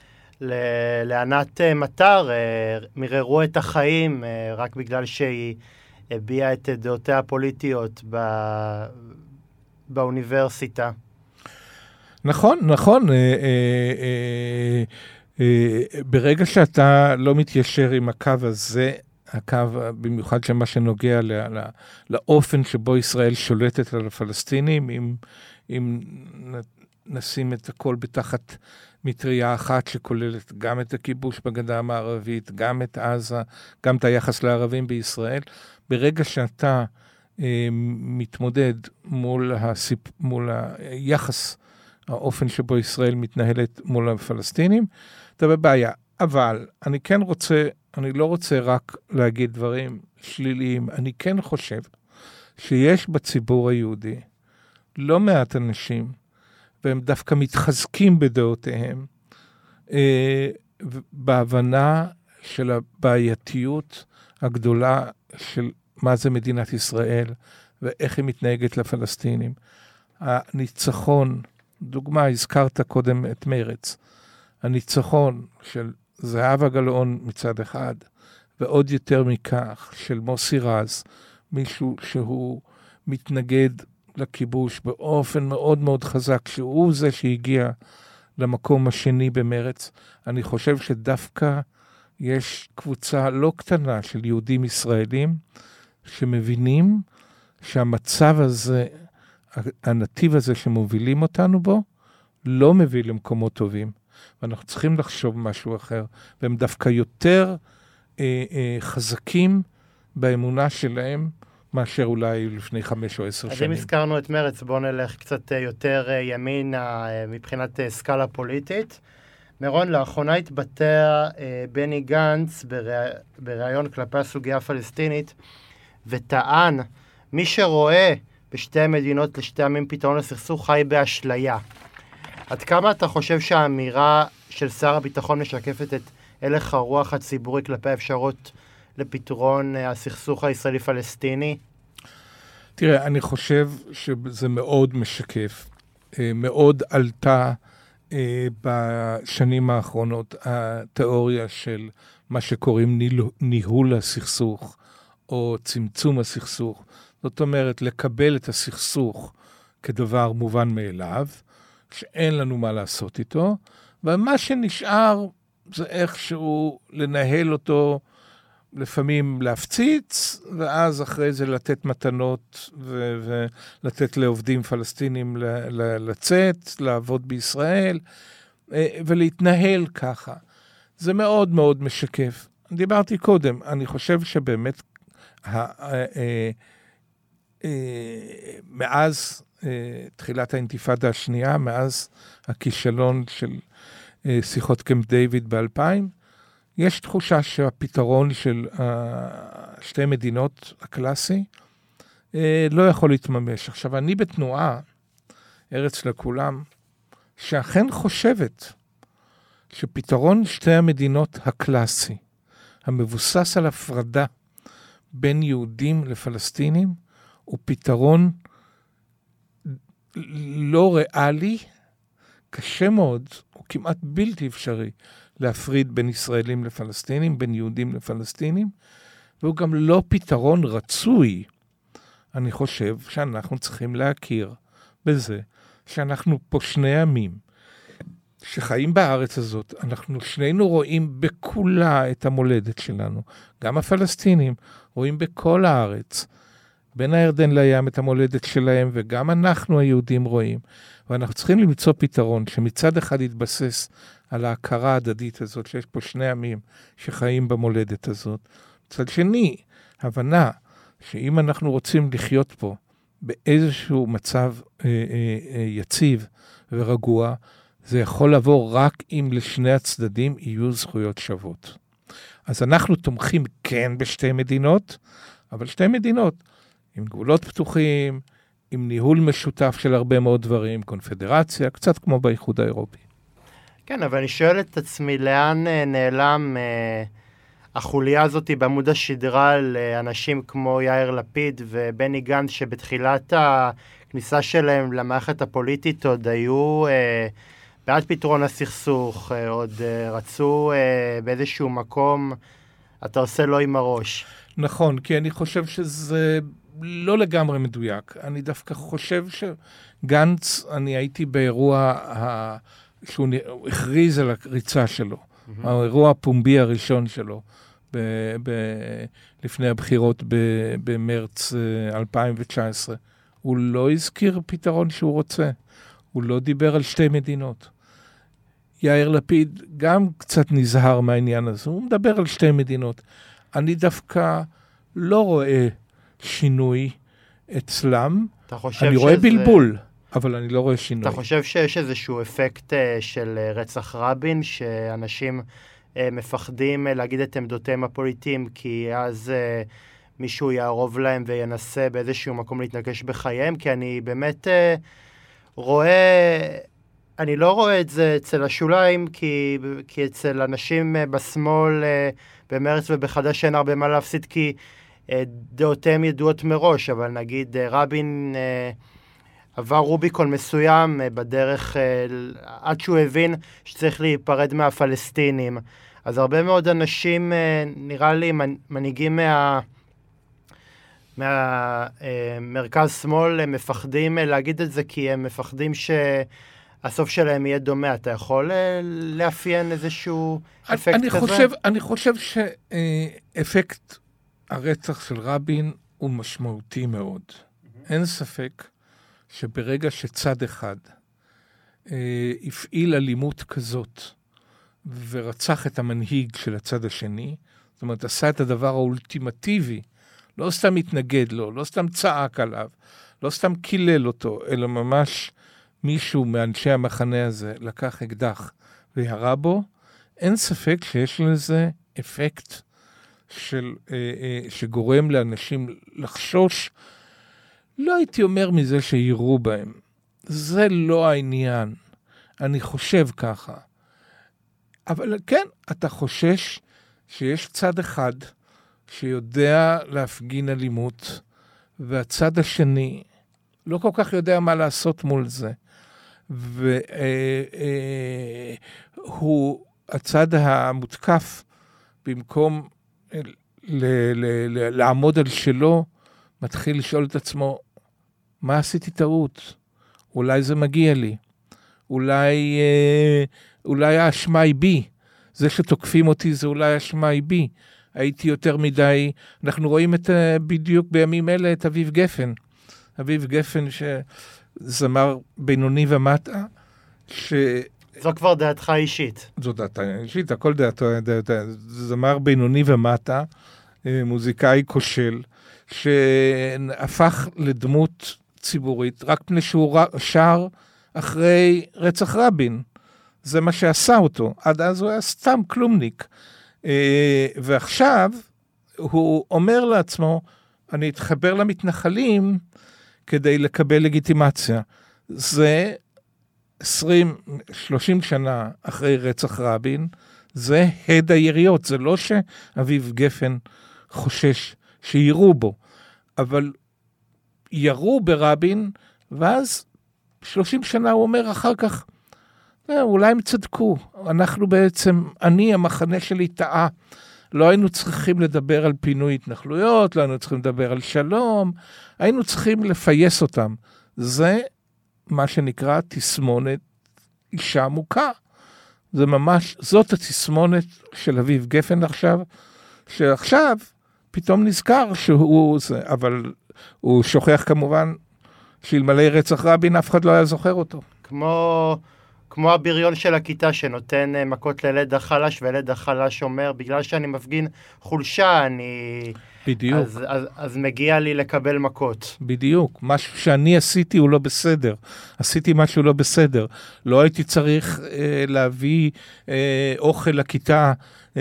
S1: לענת מטר, מררו את החיים רק בגלל שהיא הביעה את דעותיה הפוליטיות באוניברסיטה.
S2: נכון, נכון. אה, אה, אה, אה, ברגע שאתה לא מתיישר עם הקו הזה, הקו, במיוחד שמה שנוגע לא, לא, לאופן שבו ישראל שולטת על הפלסטינים, אם, אם נשים את הכל בתחת מטריה אחת שכוללת גם את הכיבוש בגדה המערבית, גם את עזה, גם את היחס לערבים בישראל, ברגע שאתה אה, מתמודד מול, הסיפ, מול היחס, האופן שבו ישראל מתנהלת מול הפלסטינים, אתה בבעיה. אבל אני כן רוצה, אני לא רוצה רק להגיד דברים שליליים, אני כן חושב שיש בציבור היהודי לא מעט אנשים, והם דווקא מתחזקים בדעותיהם, אה, בהבנה של הבעייתיות הגדולה של מה זה מדינת ישראל, ואיך היא מתנהגת לפלסטינים. הניצחון, דוגמה, הזכרת קודם את מרץ, הניצחון של זהבה גלאון מצד אחד, ועוד יותר מכך של מוסי רז, מישהו שהוא מתנגד לכיבוש באופן מאוד מאוד חזק, שהוא זה שהגיע למקום השני במרץ. אני חושב שדווקא יש קבוצה לא קטנה של יהודים ישראלים, שמבינים שהמצב הזה, הנתיב הזה שמובילים אותנו בו, לא מביא למקומות טובים. ואנחנו צריכים לחשוב משהו אחר, והם דווקא יותר אה, אה, חזקים באמונה שלהם, מאשר אולי לפני חמש או עשר
S1: אז
S2: שנים.
S1: אם הזכרנו את מרץ, בואו נלך קצת יותר ימינה מבחינת סקאלה פוליטית. מירון, לאחרונה התבטא בני גנץ בריאיון כלפי הסוגיה הפלסטינית, וטען, מי שרואה בשתי המדינות לשתי עמים פתרון לסכסוך חי באשליה. עד כמה אתה חושב שהאמירה של שר הביטחון משקפת את הלך הרוח הציבורי כלפי האפשרות לפתרון הסכסוך הישראלי-פלסטיני?
S2: תראה, אני חושב שזה מאוד משקף. מאוד עלתה בשנים האחרונות התיאוריה של מה שקוראים ניהול הסכסוך, או צמצום הסכסוך. זאת אומרת, לקבל את הסכסוך כדבר מובן מאליו, שאין לנו מה לעשות איתו, ומה שנשאר זה איכשהו לנהל אותו, לפעמים להפציץ, ואז אחרי זה לתת מתנות ו- ולתת לעובדים פלסטינים ל- ל- לצאת, לעבוד בישראל, ולהתנהל ככה. זה מאוד מאוד משקף. דיברתי קודם, אני חושב שבאמת מאז תחילת האינתיפאדה השנייה, מאז הכישלון של שיחות קמפ דיוויד ב-אלפיים, יש תחושה שהפתרון של שתי מדינות הקלאסי לא יכול להתממש. עכשיו, אני בתנועה, ארץ לכולם, שאכן חושבת שפתרון שתי המדינות הקלאסי, המבוסס על הפרדה בין יהודים לפלסטינים, הוא פתרון לא ריאלי, קשה מאוד, הוא כמעט בלתי אפשרי להפריד בין ישראלים לפלסטינים, בין יהודים לפלסטינים, והוא גם לא פתרון רצוי. אני חושב שאנחנו צריכים להכיר בזה שאנחנו פה שני עמים שחיים בארץ הזאת, אנחנו שנינו רואים בכולה את המולדת שלנו, גם הפלסטינים רואים בכל הארץ, בין הירדן לים את המולדת שלהם, וגם אנחנו היהודים רואים, ואנחנו צריכים למצוא פתרון שמצד אחד יתבסס על ההכרה ההדדית הזאת, שיש פה שני עמים שחיים במולדת הזאת. מצד שני, הבנה שאם אנחנו רוצים לחיות פה באיזשהו מצב אה, אה, אה, יציב ורגוע, זה יכול לבוא רק אם לשני הצדדים יהיו זכויות שוות. אז אנחנו תומכים כן בשתי מדינות, אבל שתי מדינות עם גבולות פתוחים, עם ניהול משותף של הרבה מאוד דברים, קונפדרציה, קצת כמו באיחוד האירופי.
S1: כן, אבל אני שואל את עצמי, לאן נעלם אה, החוליה הזאת בעמוד השדרה לאנשים כמו יאיר לפיד ובני גנץ, שבתחילת הכניסה שלהם למערכת הפוליטית עוד היו אה, בעד פתרון הסכסוך, אה, עוד אה, רצו אה, באיזשהו מקום, אתה עושה לו עם הראש.
S2: נכון, כי אני חושב שזה לא לגמרי מדויק. אני דווקא חושב גנץ, אני הייתי באירוע ה... שהוא הכריז על הריצה שלו, mm-hmm. האירוע הפומבי הראשון שלו, ב... ב... לפני הבחירות ב... במרץ אלפיים תשע עשרה. הוא לא הזכיר פתרון שהוא רוצה, הוא לא דיבר על שתי מדינות. יאיר לפיד גם קצת נזהר מהעניין הזה, הוא מדבר על שתי מדינות. אני דווקא לא רואה שינוי אצלם, אני רואה שזה... בלבול, אבל אני לא רואה שינוי.
S1: אתה חושב שיש איזשהו אפקט של רצח רבין, שאנשים מפחדים להגיד את עמדותיהם הפוליטיים, כי אז מישהו יערוב להם וינסה באיזשהו מקום להתנגש בחייהם? כי אני באמת רואה... אני לא רואה את זה אצל השוליים, כי, כי אצל אנשים בשמאל, במרץ ובחדש אין הרבה מה להפסיד, כי דעותיהם ידועות מראש, אבל נגיד רבין עבר רוביקון מסוים בדרך, עד שהוא הבין שצריך להיפרד מהפלסטינים. אז הרבה מאוד אנשים, נראה לי, מנהיגים מה... מהמרכז שמאל, מפחדים להגיד את זה, כי הם מפחדים ש... הסוף שלהם יהיה דומה. אתה יכול לאפיין איזשהו אפקט
S2: אני
S1: כזה?
S2: חושב, אני חושב שאפקט הרצח של רבין הוא משמעותי מאוד. Mm-hmm. אין ספק שברגע שצד אחד אה, הפעיל אלימות כזאת ורצח את המנהיג של הצד השני, זאת אומרת, עשה את הדבר האולטימטיבי, לא סתם התנגד לו, לא סתם צעק עליו, לא סתם קילל אותו, אלא ממש מישהו מאנשי המחנה הזה לקח אקדח וירה בו, אין ספק שיש לזה אפקט של, אה, אה, שגורם לאנשים לחשוש, לא הייתי אומר מזה שיראו בהם. זה לא העניין. אני חושב ככה. אבל כן, אתה חושש שיש צד אחד שיודע להפגין אלימות, והצד השני לא כל כך יודע מה לעשות מול זה. והוא, הצד המותקף, במקום לעמוד על שלו, מתחיל לשאול את עצמו, מה עשיתי טעות? אולי זה מגיע לי. אולי, אולי האשמה היא בי. זה שתוקפים אותי זה אולי האשמה היא בי. הייתי יותר מדי, אנחנו רואים את, בדיוק בימים אלה את אביב גפן. אביב גפן שזמר בינוני ומטה, ש...
S1: זו כבר דעתך אישית.
S2: זו דעתה אישית, הכל דעתו, זמר בינוני ומטה, מוזיקאי כושל, שהפך לדמות ציבורית, רק פני שהוא שר אחרי רצח רבין. זה מה שעשה אותו. עד אז הוא היה סתם כלומניק. ועכשיו הוא אומר לעצמו, אני אתחבר למתנחלים כדי לקבל לגיטימציה. זה עשרים שלושים שנה אחרי רצח רבין, זה הד היריות. זה לא שאביב גפן חושש שיראו בו, אבל ירו ברבין, ואז שלושים שנה הוא אומר אחר כך, אולי הם צדקו, אנחנו בעצם, אני, המחנה שלי טעה, לא היינו צריכים לדבר על פינוי התנחלויות, לא היינו צריכים לדבר על שלום, היינו צריכים לפייס אותם. זה מה שנקרא תסמונת אישה מוכה. זה ממש, זאת התסמונת של אביב גפן עכשיו, שעכשיו פתאום נזכר שהוא זה, אבל הוא שוכח כמובן שאלמלא רצח רבין אף אחד לא היה זוכר אותו.
S1: כמו... כמו הבריון של הכיתה שנותן מכות לילד החלש, וילד החלש אומר, בגלל שאני מפגין חולשה, אני...
S2: בדיוק.
S1: אז, אז, אז מגיע לי לקבל מכות.
S2: בדיוק. משהו שאני עשיתי הוא לא בסדר. עשיתי משהו לא בסדר. לא הייתי צריך אה, להביא אה, אוכל לכיתה, אה,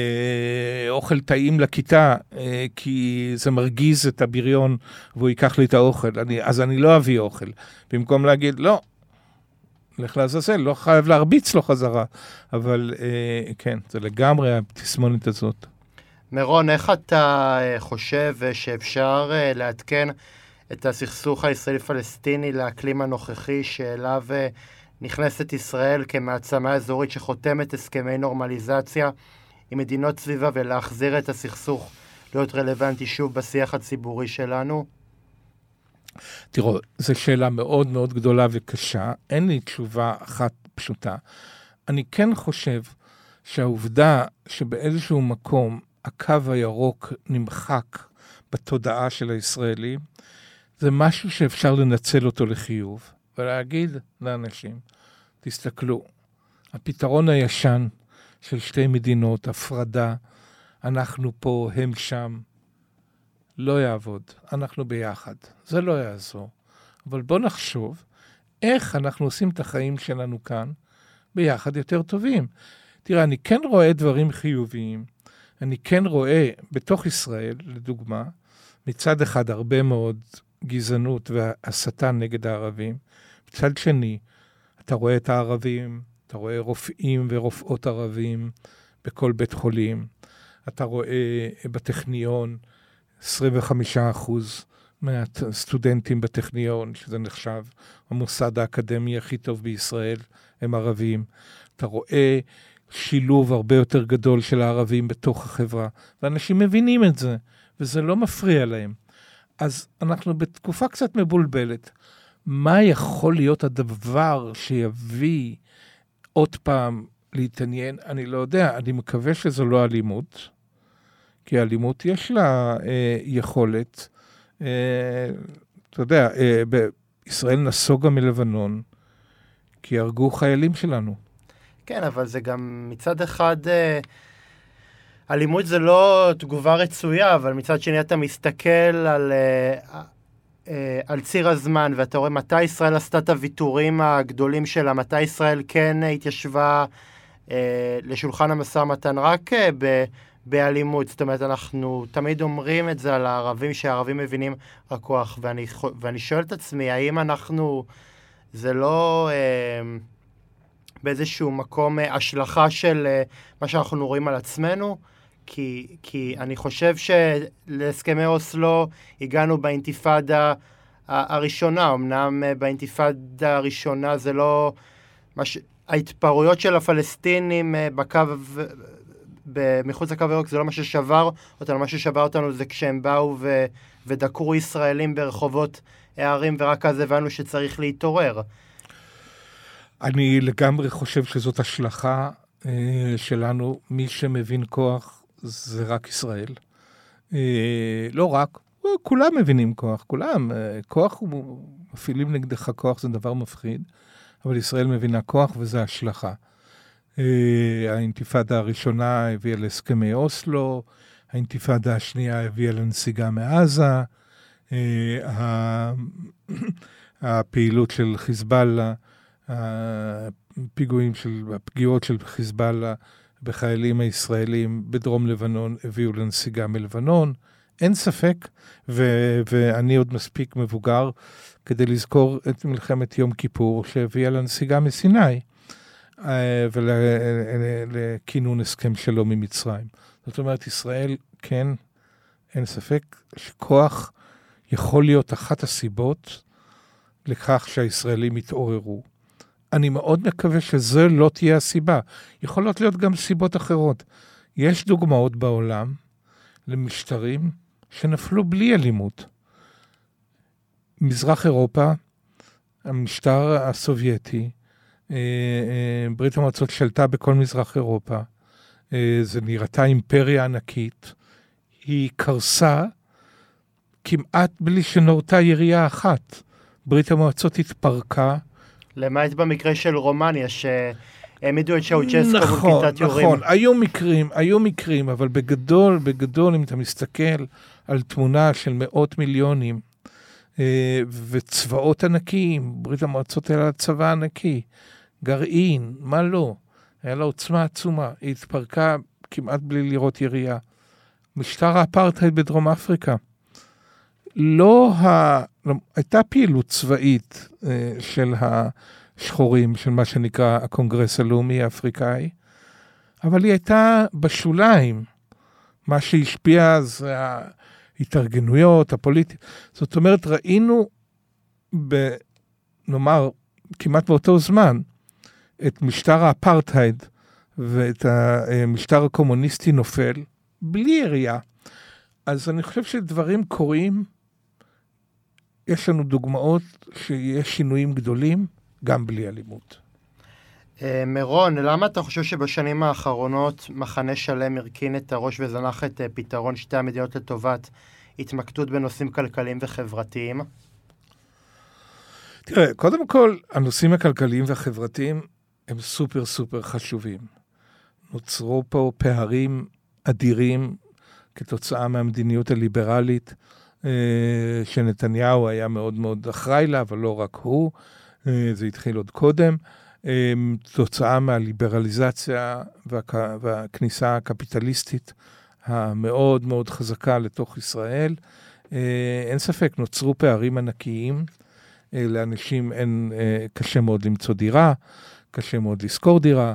S2: אוכל טעים לכיתה, אה, כי זה מרגיז את הבריון, והוא ייקח לי את האוכל. אני, אז אני לא אביא אוכל. במקום להגיד, לא, לך לעזאזל, לא חייב להרביץ לו חזרה, אבל אה, כן, זה לגמרי התסמונת הזאת.
S1: מירון, איך אתה אה, חושב שאפשר אה, להתקן את הסכסוך הישראלי-פלסטיני לאקלים הנוכחי, שאליו אה, נכנסת ישראל כמעצמה אזורית שחותמת הסכמי נורמליזציה עם מדינות סביבה, ולהחזיר את הסכסוך להיות רלוונטי שוב בשיח הציבורי שלנו?
S2: תראו, זו שאלה מאוד מאוד גדולה וקשה, אין לי תשובה אחת פשוטה. אני כן חושב שהעובדה שבאיזשהו מקום הקו הירוק נמחק בתודעה של הישראלים, זה משהו שאפשר לנצל אותו לחיוב, ולהגיד לאנשים, תסתכלו, הפתרון הישן של שתי מדינות, הפרדה, אנחנו פה, הם שם, לא יעבוד, אנחנו ביחד, זה לא יעזור. אבל בוא נחשוב איך אנחנו עושים את החיים שלנו כאן ביחד יותר טובים. תראה, אני כן רואה דברים חיוביים, אני כן רואה בתוך ישראל, לדוגמה, מצד אחד הרבה מאוד גזענות והסתה נגד הערבים, מצד שני, אתה רואה את הערבים, אתה רואה רופאים ורופאות ערבים בכל בית חולים, אתה רואה בטכניון עשרים וחמישה אחוז מהסטודנטים בטכניון, שזה נחשב המוסד האקדמי הכי טוב בישראל, הם ערבים. אתה רואה שילוב הרבה יותר גדול של הערבים בתוך החברה, ואנשים מבינים את זה, וזה לא מפריע להם. אז אנחנו בתקופה קצת מבולבלת. מה יכול להיות הדבר שיביא עוד פעם להתעניין? אני לא יודע, אני מקווה שזו לא אלימות, כי האלימות יש לה אה, יכולת. אה, אתה יודע, אה, בישראל נסוגה מלבנון, כי הרגו חיילים שלנו.
S1: כן, אבל זה גם מצד אחד, אה, אלימות זה לא תגובה רצויה, אבל מצד שני אתה מסתכל על, אה, אה, על ציר הזמן, ואתה רואה מתי ישראל עשתה את הוויתורים הגדולים שלה, מתי ישראל כן התיישבה אה, לשולחן המשא ומתן רק אה, ב... באלימות. זאת אומרת, אנחנו תמיד אומרים את זה על הערבים, שהערבים מבינים רק כוח, ואני, ואני שואל את עצמי, האם אנחנו, זה לא אה, באיזשהו מקום אה, השלכה של אה, מה שאנחנו רואים על עצמנו? כי, כי אני חושב שלהסכמי אוסלו הגענו באינתיפאדה הראשונה, אמנם אה, באינתיפאדה הראשונה זה לא, מש... ההתפרעויות של הפלסטינים אה, בקו... מחוץ לקו הירוק זה לא מה ששבר אותנו, מה ששבר אותנו זה כשהם באו ו- ודקרו ישראלים ברחובות הערים, ורק אז הבנו שצריך להתעורר.
S2: אני לגמרי חושב שזאת השלכה אה, שלנו, מי שמבין כוח זה רק ישראל. אה, לא רק, כולם מבינים כוח, כולם. אה, כוח, מפעילים נגדך כוח, זה דבר מפחיד, אבל ישראל מבינה כוח וזה השלכה. האינתיפאדה הראשונה הביאה להסכמי אוסלו, האינתיפאדה השנייה הביאה לנסיגה מעזה, הפעילות של חיזבאללה, הפיגועים של, הפגיעות של חיזבאללה בחיילים הישראלים בדרום לבנון הביאו לנסיגה מלבנון. אין ספק, ו- ואני עוד מספיק מבוגר כדי לזכור את מלחמת יום כיפור שהביאה לנסיגה מסיני. ולכינון הסכם שלום ממצרים. זאת אומרת, ישראל, כן, אין ספק, שכוח יכול להיות אחת הסיבות לכך שהישראלים יתעוררו. אני מאוד מקווה שזה לא תהיה הסיבה. יכולות להיות גם סיבות אחרות. יש דוגמאות בעולם למשטרים שנפלו בלי אלימות. מזרח אירופה, המשטר הסובייטי, ברית המועצות שלטה בכל מזרח אירופה, זה נראתה אימפריה ענקית, היא קרסה כמעט בלי שנורתה ירייה אחת. ברית המועצות התפרקה. למעט
S1: במקרה של רומניה, שהעמידו את שאוצ'סקו
S2: נכון,
S1: מול כיתת יורים.
S2: נכון, היו מקרים, היו מקרים, אבל בגדול, בגדול, אם אתה מסתכל על תמונה של מאות מיליונים, וצבאות ענקיים, ברית המועצות היה לה צבא ענקי, גרעין, מה לא? היה לה עוצמה עצומה, היא התפרקה כמעט בלי לראות ירייה. משטר האפרטהייד בדרום אפריקה. לא ה... הייתה פעילות צבאית אה, של השחורים, של מה שנקרא הקונגרס הלאומי האפריקאי, אבל היא הייתה בשוליים. מה שהשפיע זה ההתארגנויות, הפוליטיות. זאת אומרת, ראינו, ב... נאמר, כמעט באותו זמן, את משטר האפרטהייד ואת המשטר הקומוניסטי נופל, בלי ירייה. אז אני חושב שדברים קורים יש לנו דוגמאות שיש שינויים גדולים, גם בלי אלימות.
S1: מירון, למה אתה חושב שבשנים האחרונות מחנה שלם הרכין את הראש וזנח את פתרון שתי המדינות לטובת התמקדות בנושאים כלכליים וחברתיים?
S2: תראה, קודם כל, הנושאים הכלכליים והחברתיים הם סופר סופר חשובים. נוצרו פה פערים אדירים כתוצאה מהמדיניות הליברלית, שנתניהו היה מאוד מאוד אחראי לה, אבל לא רק הוא, זה התחיל עוד קודם, תוצאה מהליברליזציה והכניסה הקפיטליסטית המאוד מאוד חזקה לתוך ישראל. אין ספק, נוצרו פערים ענקיים, לאנשים אין, קשה מאוד למצוא דירה, קשה מאוד לשכור דירה,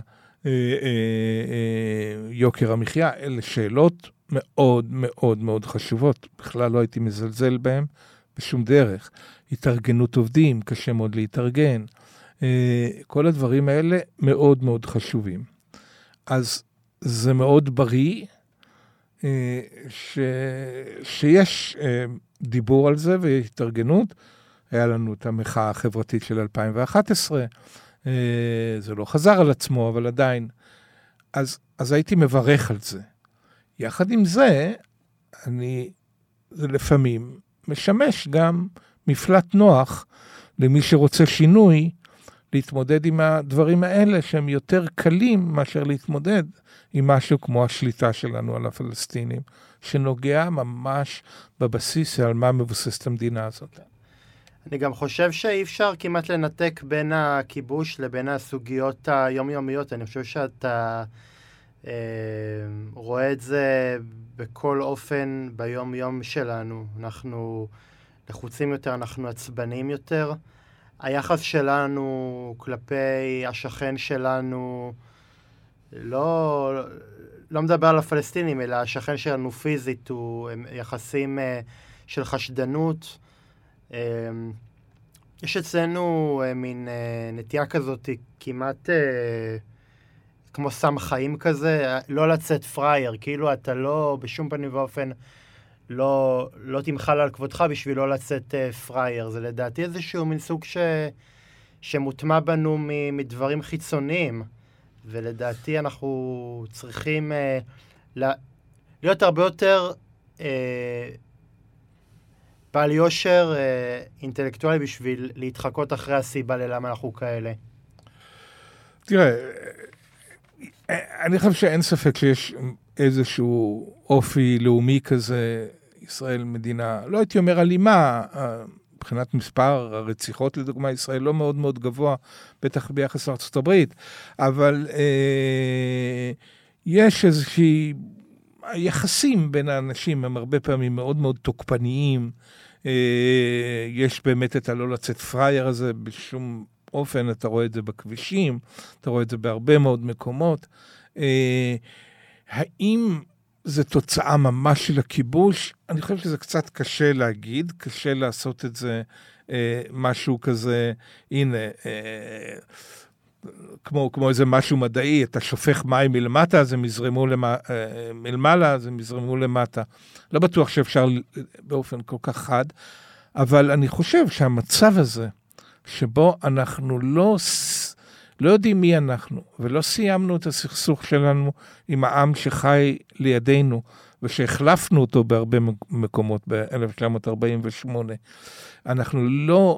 S2: יוקר המחיה, אלה שאלות מאוד מאוד מאוד חשובות, בכלל לא הייתי מזלזל בהם בשום דרך. התארגנות עובדים, קשה מאוד להתארגן, כל הדברים האלה מאוד מאוד חשובים. אז זה מאוד בריא ש... שיש דיבור על זה והתארגנות. היה לנו את המחאה החברתית של אלפיים ואחת עשרה, זה לא חזר על עצמו, אבל עדיין. אז, אז הייתי מברך על זה. יחד עם זה, אני, זה לפעמים משמש גם מפלט נוח למי שרוצה שינוי, להתמודד עם הדברים האלה שהם יותר קלים מאשר להתמודד עם משהו כמו השליטה שלנו על הפלסטינים, שנוגע ממש בבסיס על מה מבוססת המדינה הזאת.
S1: אני גם חושב שאי אפשר כמעט לנתק בין הכיבוש לבין הסוגיות היומיומיות. אני חושב שאתה אה, רואה את זה בכל אופן ביום יום שלנו. אנחנו לחוצים יותר, אנחנו עצבנים יותר. היחס שלנו כלפי השכן שלנו, לא, לא מדבר על הפלסטינים, אלא השכן שלנו פיזית, הוא יחסים אה, של חשדנות. יש אצלנו מין נטייה כזאת כמעט כמו סם חיים כזה, לא לצאת פרייר, כאילו אתה לא בשום פנים ואופן לא, לא תמחל על כבודך בשביל לא לצאת פרייר. זה לדעתי איזשהו מין סוג ש, שמוטמע בנו מדברים חיצוניים, ולדעתי אנחנו צריכים להיות הרבה יותר בעל יושר אה, אינטלקטואלי בשביל להתחקות אחרי הסיבה ללמה אנחנו כאלה.
S2: תראה, אני חושב שאין ספק שיש איזשהו אופי לאומי כזה, ישראל מדינה, לא הייתי אומר אלימה, מבחינת מספר הרציחות לדוגמה, ישראל לא מאוד מאוד גבוה, בטח ביחס לארצות הברית, אבל אה, יש איזושהי, היחסים בין האנשים הם הרבה פעמים מאוד מאוד תוקפניים, יש באמת את הלא לצאת פרייר הזה, בשום אופן אתה רואה את זה בכבישים, אתה רואה את זה בהרבה מאוד מקומות. האם זה תוצאה ממש של הכיבוש? אני חושב שזה קצת קשה להגיד, קשה לעשות את זה משהו כזה, הנה, כמו, כמו איזה משהו מדעי, אתה שופך מים מלמטה, אז הם יזרמו למע... מלמעלה, אז הם יזרמו למטה. לא בטוח שאפשר באופן כל כך חד, אבל אני חושב שהמצב הזה, שבו אנחנו לא, לא יודעים מי אנחנו, ולא סיימנו את הסכסוך שלנו עם העם שחי לידינו, ושהחלפנו אותו בהרבה מקומות ב-אלף תשע מאות ארבעים ושמונה, אנחנו לא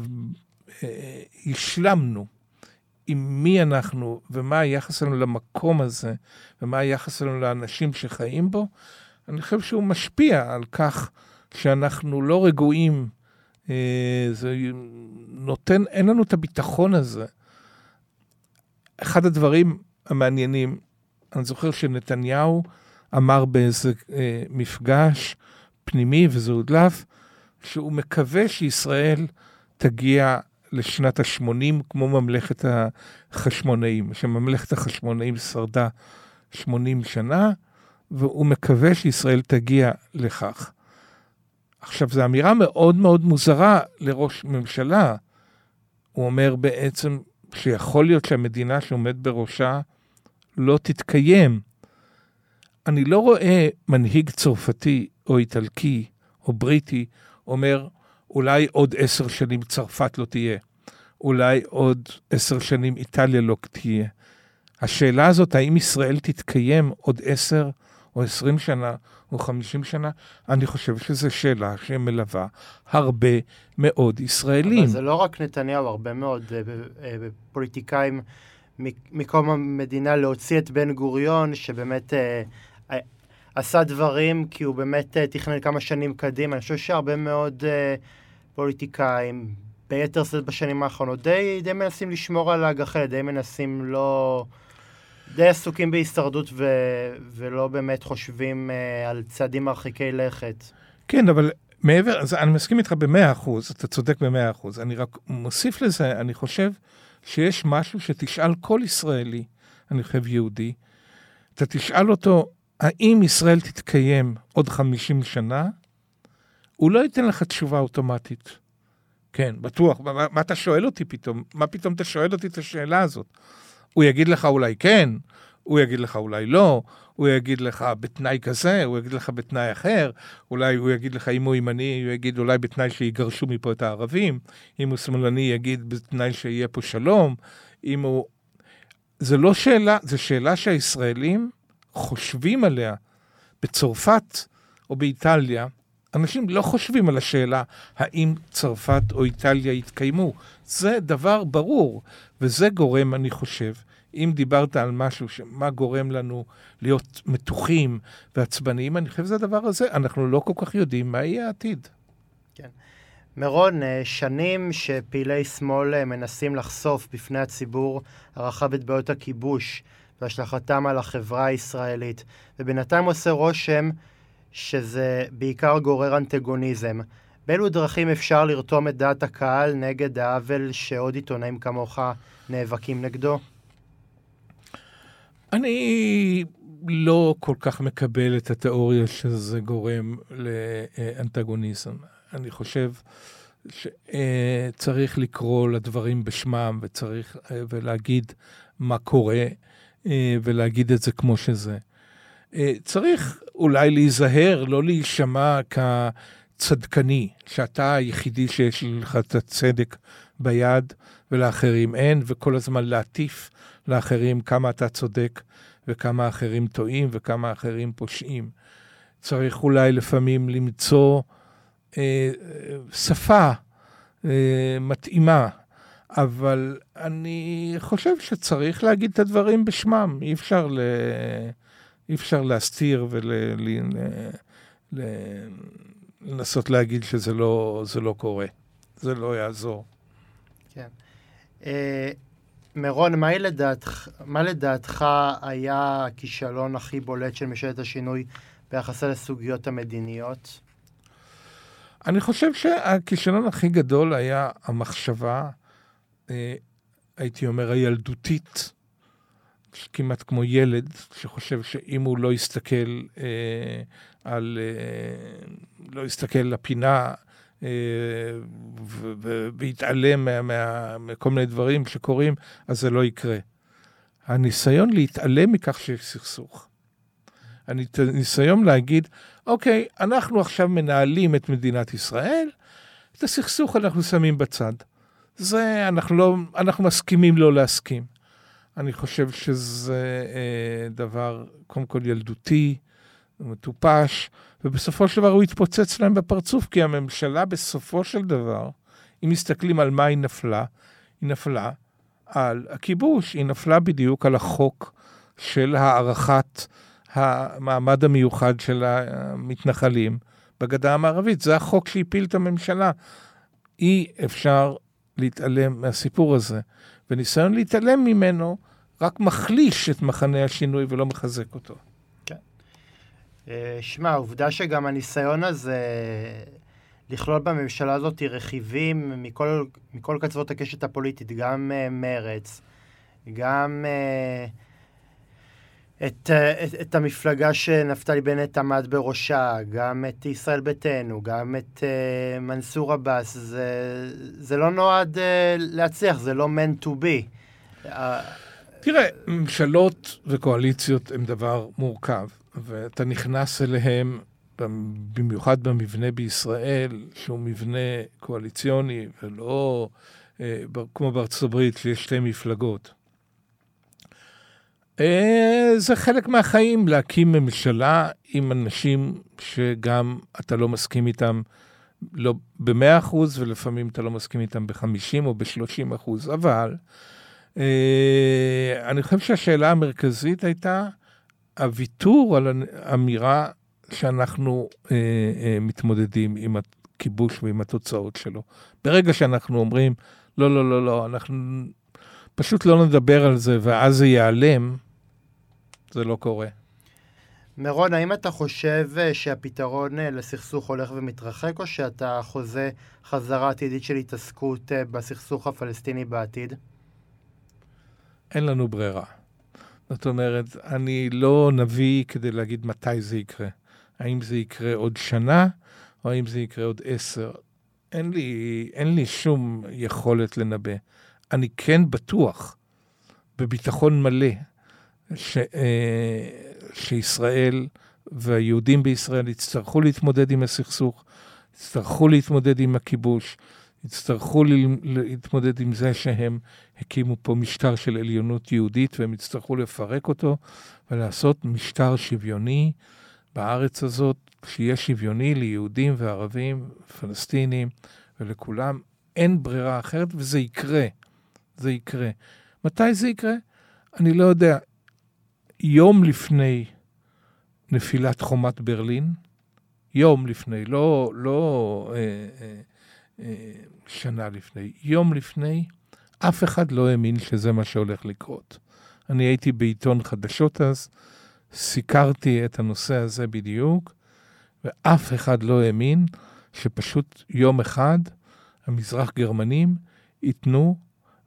S2: השלמנו עם מי אנחנו, ומה היחס לנו למקום הזה, ומה היחס לנו לאנשים שחיים בו. אני חושב שהוא משפיע על כך שאנחנו לא רגועים, זה נותן, אין לנו את הביטחון הזה. אחד הדברים המעניינים, אני זוכר שנתניהו אמר באיזה מפגש פנימי, וזה הודלף, שהוא מקווה שישראל תגיע לשנת ה-שמונים, כמו ממלכת החשמונאים, שממלכת החשמונאים שרדה שמונים שנה, והוא מקווה שישראל תגיע לכך. עכשיו, זו אמירה מאוד מאוד מוזרה לראש ממשלה. הוא אומר בעצם שיכול להיות שהמדינה שעומד בראשה לא תתקיים. אני לא רואה מנהיג צרפתי או איטלקי או בריטי אומר, אולי עוד עשר שנים צרפת לא תהיה. אולי עוד עשר שנים איטליה לא תהיה. השאלה הזאת, האם ישראל תתקיים עוד עשר או עשרים שנה או חמישים שנה, אני חושב שזו שאלה שמלווה הרבה מאוד ישראלים.
S1: אבל זה לא רק נתניהו, הרבה מאוד פוליטיקאים מקום המדינה להוציא את בן גוריון, שבאמת עשה דברים, כי הוא באמת תכנן כמה שנים קדימה. אני חושב שהרבה מאוד פוליטיקאים, ביתר שאת בשנים האחרונות, די, די מנסים לשמור על הגחלת, די מנסים לא... די עסוקים בהישרדות ו... ולא באמת חושבים uh, על צעדים מרחיקי לכת.
S2: כן, אבל מעבר, אז אני מסכים איתך במאה אחוז, אתה צודק במאה אחוז. אני רק מוסיף לזה, אני חושב שיש משהו שתשאל כל ישראלי, אני חושב יהודי, אתה תשאל אותו, האם ישראל תתקיים עוד חמישים שנה? הוא לא ייתן לך תשובה אוטומטית. כן, בטוח. מה, מה אתה שואל אותי פתאום? מה פתאום אתה שואל אותי את השאלה הזאת? הוא יגיד לך אולי כן, הוא יגיד לך אולי לא, הוא יגיד לך בתנאי כזה, הוא יגיד לך בתנאי אחר, אולי הוא יגיד לך אם הוא ימני, הוא יגיד אולי בתנאי שיגרשו מפה את הערבים, אם הוא שמאלני יגיד בתנאי שיהיה פה שלום, אם הוא... זה לא שאלה, זה שאלה שהישראלים חושבים עליה. בצרפת או באיטליה, אנשים לא חושבים על השאלה האם צרפת או איטליה יתקיימו. זה דבר ברור, וזה גורם, אני חושב, אם דיברת על משהו, מה גורם לנו להיות מתוחים ועצבניים, אני חושב שזה הדבר הזה, אנחנו לא כל כך יודעים מה יהיה העתיד.
S1: כן. מירון, שנים שפעילי שמאל מנסים לחשוף בפני הציבור הרחב את בעיות הכיבוש והשלכתם על החברה הישראלית, ובינתיים עושה רושם שזה בעיקר גורר אנטגוניזם. באילו דרכים אפשר לרתום את דעת הקהל נגד העוול שעוד עיתונאים כמוך נאבקים נגדו?
S2: אני לא כל כך מקבל את התיאוריה שזה גורם לאנטגוניזם. אני חושב שצריך לקרוא לדברים בשמם וצריך ולהגיד מה קורה ולהגיד את זה כמו שזה. צריך אולי להיזהר, לא להישמע כצדקני, שאתה היחידי שיש לך את הצדק ביד ולאחרים אין, וכל הזמן להטיף לאחרים כמה אתה צודק וכמה אחרים טועים וכמה אחרים פושעים. צריך אולי לפעמים למצוא אה, שפה אה, מתאימה, אבל אני חושב שצריך להגיד את הדברים בשמם, אי אפשר ל... אי אפשר להסתיר ולנסות להגיד שזה לא, זה לא קורה. זה לא יעזור.
S1: כן. מירון, מה לדעתך, מה לדעתך היה הכישלון הכי בולט של ממשלת השינוי ביחס לסוגיות המדיניות?
S2: אני חושב שהכישלון הכי גדול היה המחשבה, הייתי אומר, הילדותית, כמעט כמו ילד, שחושב שאם הוא לא יסתכל אה, על, אה, לא יסתכל לפינה אה, ויתעלם מה, מה, מכל מיני דברים שקורים, אז זה לא יקרה. הניסיון להתעלם מכך שיש סכסוך. הניסיון להגיד, אוקיי, אנחנו עכשיו מנהלים את מדינת ישראל, את הסכסוך אנחנו שמים בצד. זה, אנחנו לא, אנחנו מסכימים לא להסכים. אני חושב שזה אה, דבר, קודם כל ילדותי, מטופש, ובסופו של דבר הוא יתפוצץ להם בפרצוף, כי הממשלה בסופו של דבר, אם מסתכלים על מה היא נפלה, היא נפלה על הכיבוש, היא נפלה בדיוק על החוק של הערכת המעמד המיוחד של המתנחלים בגדה המערבית. זה החוק שהפיל את הממשלה. אי אפשר להתעלם מהסיפור הזה. וניסיון להתעלם ממנו רק מחליש את מחנה השינוי ולא מחזק אותו.
S1: כן. שמע, העובדה שגם הניסיון הזה לכלול בממשלה הזאת רכיבים מכל, מכל קצוות הקשת הפוליטית, גם מרץ, גם את, את, את המפלגה שנפתלי בנט עמד בראשה, גם את ישראל ביתנו, גם את uh, מנסור עבאס, זה, זה לא נועד uh, להצליח, זה לא meant to be. Uh,
S2: תראה, ממשלות וקואליציות הם דבר מורכב, ואתה נכנס אליהם במיוחד במבנה בישראל, שהוא מבנה קואליציוני, ולא אה, כמו בארצות הברית, שיש שתי מפלגות. אה, זה חלק מהחיים, להקים ממשלה עם אנשים שגם אתה לא מסכים איתם, לא ב-מאה אחוז, ולפעמים אתה לא מסכים איתם ב-חמישים או ב-שלושים אחוז, אבל אה, אני חושב שהשאלה המרכזית הייתה, הוויתור על האמירה שאנחנו אה, אה, מתמודדים עם הכיבוש ועם התוצאות שלו. ברגע שאנחנו אומרים, לא, לא, לא, לא, אנחנו פשוט לא נדבר על זה, ואז זה ייעלם, זה לא קורה.
S1: מירון, האם אתה חושב שהפתרון לסכסוך הולך ומתרחק, או שאתה חוזה חזרה עתידית של התעסקות בסכסוך הפלסטיני בעתיד?
S2: אין לנו ברירה. זאת אומרת, אני לא נביא כדי להגיד מתי זה יקרה. האם זה יקרה עוד שנה, או האם זה יקרה עוד עשר. אין לי, אין לי שום יכולת לנבא. אני כן בטוח, בביטחון מלא, ש, אה, שישראל והיהודים בישראל יצטרכו להתמודד עם הסכסוך, יצטרכו להתמודד עם הכיבוש, יצטרכו להתמודד עם זה שהם הקימו פה משטר של עליונות יהודית, והם יצטרכו לפרק אותו ולעשות משטר שוויוני בארץ הזאת, שיהיה שוויוני ליהודים וערבים, פלסטינים ולכולם. אין ברירה אחרת, וזה יקרה. זה יקרה. מתי זה יקרה? אני לא יודע. יום לפני נפילת חומת ברלין, יום לפני, לא, לא אה, אה, אה, שנה לפני, יום לפני, אף אחד לא האמין שזה מה שהולך לקרות. אני הייתי בעיתון חדשות אז, סיקרתי את הנושא הזה בדיוק, ואף אחד לא האמין שפשוט יום אחד המזרח גרמנים ייתנו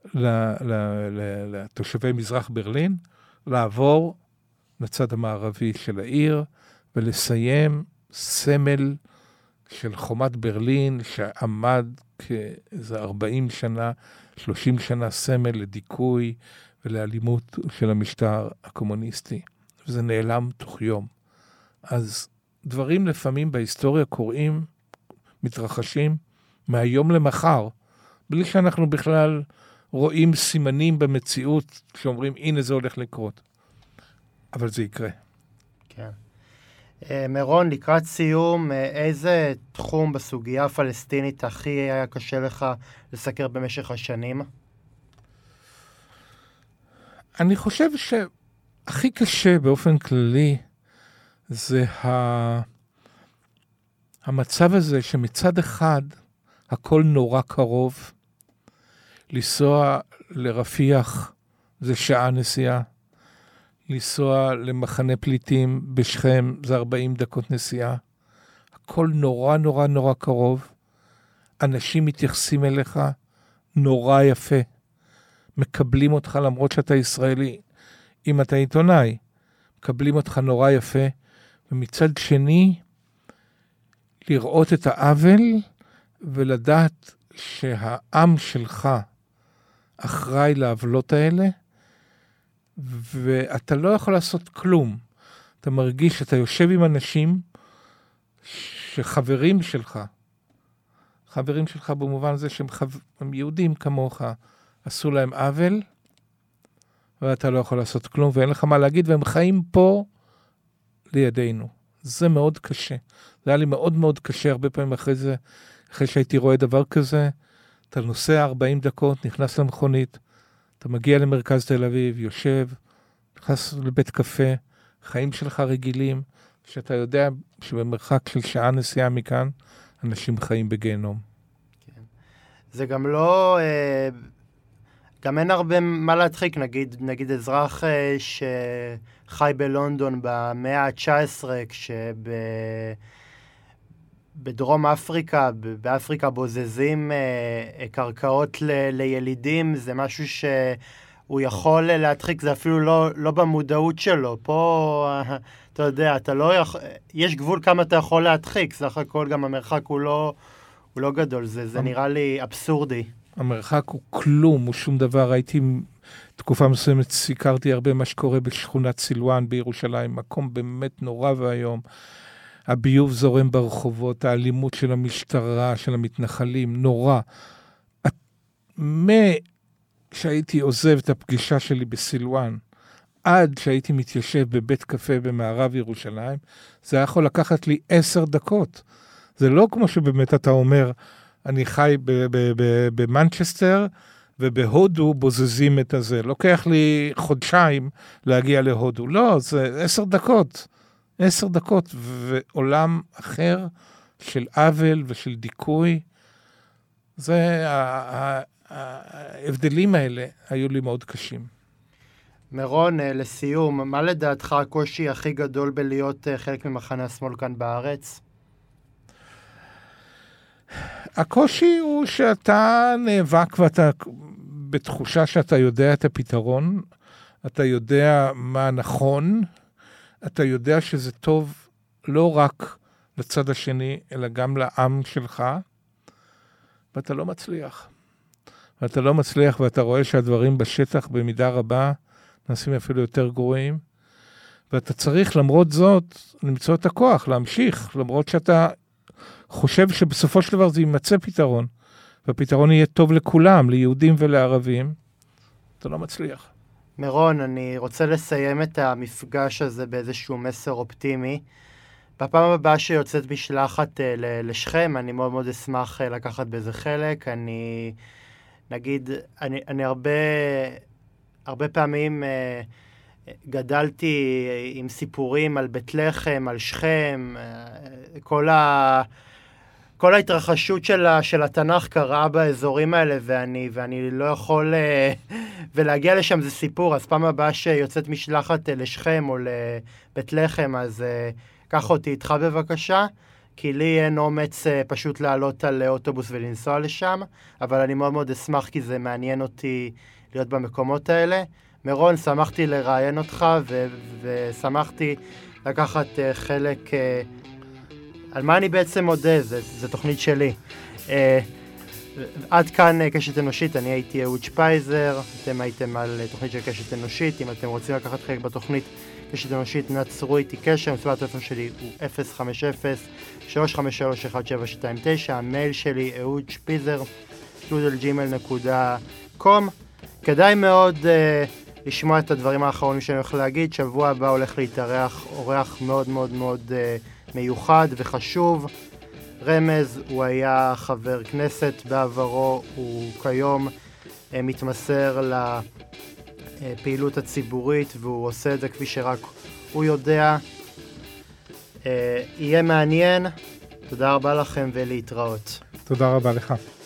S2: לתושבי מזרח ברלין לעבור לצד המערבי של העיר ולסיים סמל של חומת ברלין שעמד כאיזה ארבעים שנה, שלושים שנה סמל לדיכוי ולאלימות של המשטר הקומוניסטי. וזה נעלם תוך יום. אז דברים לפעמים בהיסטוריה קוראים, מתרחשים מהיום למחר, בלי שאנחנו בכלל רואים סימנים במציאות שאומרים, הנה זה הולך לקרות. אבל זה יקרה.
S1: כן. מירון, לקראת סיום, איזה תחום בסוגיה הפלסטינית הכי היה קשה לך לסקר במשך השנים?
S2: אני חושב שהכי קשה באופן כללי זה ה... המצב הזה שמצד אחד הכל נורא קרוב, לנסוע לרפיח זה שעה נסיעה, לנסוע למחנה פליטים בשכם זה ארבעים דקות נסיעה, הכל נורא נורא נורא קרוב, אנשים מתייחסים אליך נורא יפה, מקבלים אותך למרות שאתה ישראלי, אם אתה עיתונאי, מקבלים אותך נורא יפה, ומצד שני, לראות את העוול ולדעת שהעם שלך אחראי לעוולות האלה, ואתה לא יכול לעשות כלום. אתה מרגיש שאתה יושב עם אנשים שחברים שלך, חברים שלך במובן הזה שהם חו... יהודים כמוך, עשו להם עוול, ואתה לא יכול לעשות כלום, ואין לך מה להגיד, והם חיים פה לידינו. זה מאוד קשה. זה היה לי מאוד מאוד קשה, הרבה פעמים אחרי זה, אחרי שהייתי רואה דבר כזה, אתה נוסע ארבעים דקות, נכנס למכונית, אתה מגיע למרכז תל אביב, יושב, נכנס לבית קפה, חיים שלך רגילים, שאתה יודע שבמרחק של שעה נסיעה מכאן, אנשים חיים בגיהנום.
S1: כן. זה גם לא... גם אין הרבה מה להדחיק, נגיד, נגיד אזרח שחי בלונדון במאה ה-תשע עשרה, כשבדרום אפריקה, באפריקה בוזזים קרקעות ל, לילידים, זה משהו שהוא יכול להדחיק, זה אפילו לא, לא במודעות שלו. פה, אתה יודע, אתה לא יכול, יש גבול כמה אתה יכול להדחיק, סך הכל גם המרחק הוא לא, הוא לא גדול, זה, זה נראה לי אבסורדי.
S2: המרחק הוא כלום, הוא שום דבר. הייתי תקופה מסוימת, סיקרתי הרבה מה שקורה בשכונת סילואן בירושלים, מקום באמת נורא והיום. הביוב זורם ברחובות, האלימות של המשטרה, של המתנחלים, נורא. כשהייתי עוזב את הפגישה שלי בסילואן, עד שהייתי מתיישב בבית קפה במערב ירושלים, זה היה יכול לקחת לי עשר דקות. זה לא כמו שבאמת אתה אומר, אני חי במנצ'סטר, ובהודו בוזזים את הזה. לוקח לי חודשיים להגיע להודו. לא, זה עשר דקות. עשר דקות, ועולם אחר של עוול ושל דיכוי. זה, ההבדלים האלה היו לי מאוד קשים.
S1: מירון, לסיום, מה לדעתך הקושי הכי גדול בלהיות חלק ממחנה השמאל כאן בארץ?
S2: הקושי הוא שאתה נאבק ואתה בתחושה שאתה יודע את הפתרון, אתה יודע מה נכון, אתה יודע שזה טוב לא רק לצד השני, אלא גם לעם שלך, ואתה לא מצליח. ואתה לא מצליח ואתה רואה שהדברים בשטח במידה רבה נעשים אפילו יותר גרועים, ואתה צריך למרות זאת למצוא את הכוח, להמשיך, למרות שאתה חושב שבסופו של דבר זה יימצא פתרון, והפתרון יהיה טוב לכולם, ליהודים ולערבים, אתה לא מצליח.
S1: מירון, אני רוצה לסיים את המפגש הזה באיזשהו מסר אופטימי. בפעם הבאה שיוצאת משלחת לשכם, אני מאוד מאוד אשמח לקחת בזה חלק. אני, נגיד, אני, אני הרבה, הרבה פעמים גדלתי עם סיפורים על בית לחם, על שכם, כל ה... כל ההתרחשות של, של התנ"ך קרה באזורים האלה, ואני, ואני לא יכול, ולהגיע לשם זה סיפור. אז פעם הבאה שיוצאת משלחת לשכם או לבית לחם, אז קח אותי איתך בבקשה, כי לי אין אומץ פשוט לעלות על אוטובוס ולנסוע לשם, אבל אני מאוד מאוד אשמח, כי זה מעניין אותי להיות במקומות האלה. מירון, שמחתי לראיין אותך, ו- ושמחתי לקחת חלק... על מה אני בעצם מודה, זה, זה תוכנית שלי. Uh, עד כאן uh, קשת אנושית, אני הייתי אהוד שפייזר, אתם הייתם על uh, תוכנית של קשת אנושית. אם אתם רוצים לקחת חלק בתוכנית קשת אנושית, נצרו איתי קשר, מספר הטלפון שלי הוא אפס חמש אפס שלוש חמש שלוש אחת שבע שתיים תשע, המייל שלי אהוד שפייזר שטרודל ג'ימייל נקודה קום. כדאי מאוד uh, לשמוע את הדברים האחרונים שאני הולך להגיד. שבוע הבא הולך להתארח אורח מאוד מאוד מאוד uh, מיוחד וחשוב. רמז, הוא היה חבר כנסת בעברו, הוא כיום אה, מתמסר לפעילות הציבורית, והוא עושה את זה כפי שרק הוא יודע. אה, יהיה מעניין. תודה רבה לכם ולהתראות.
S2: תודה רבה לך.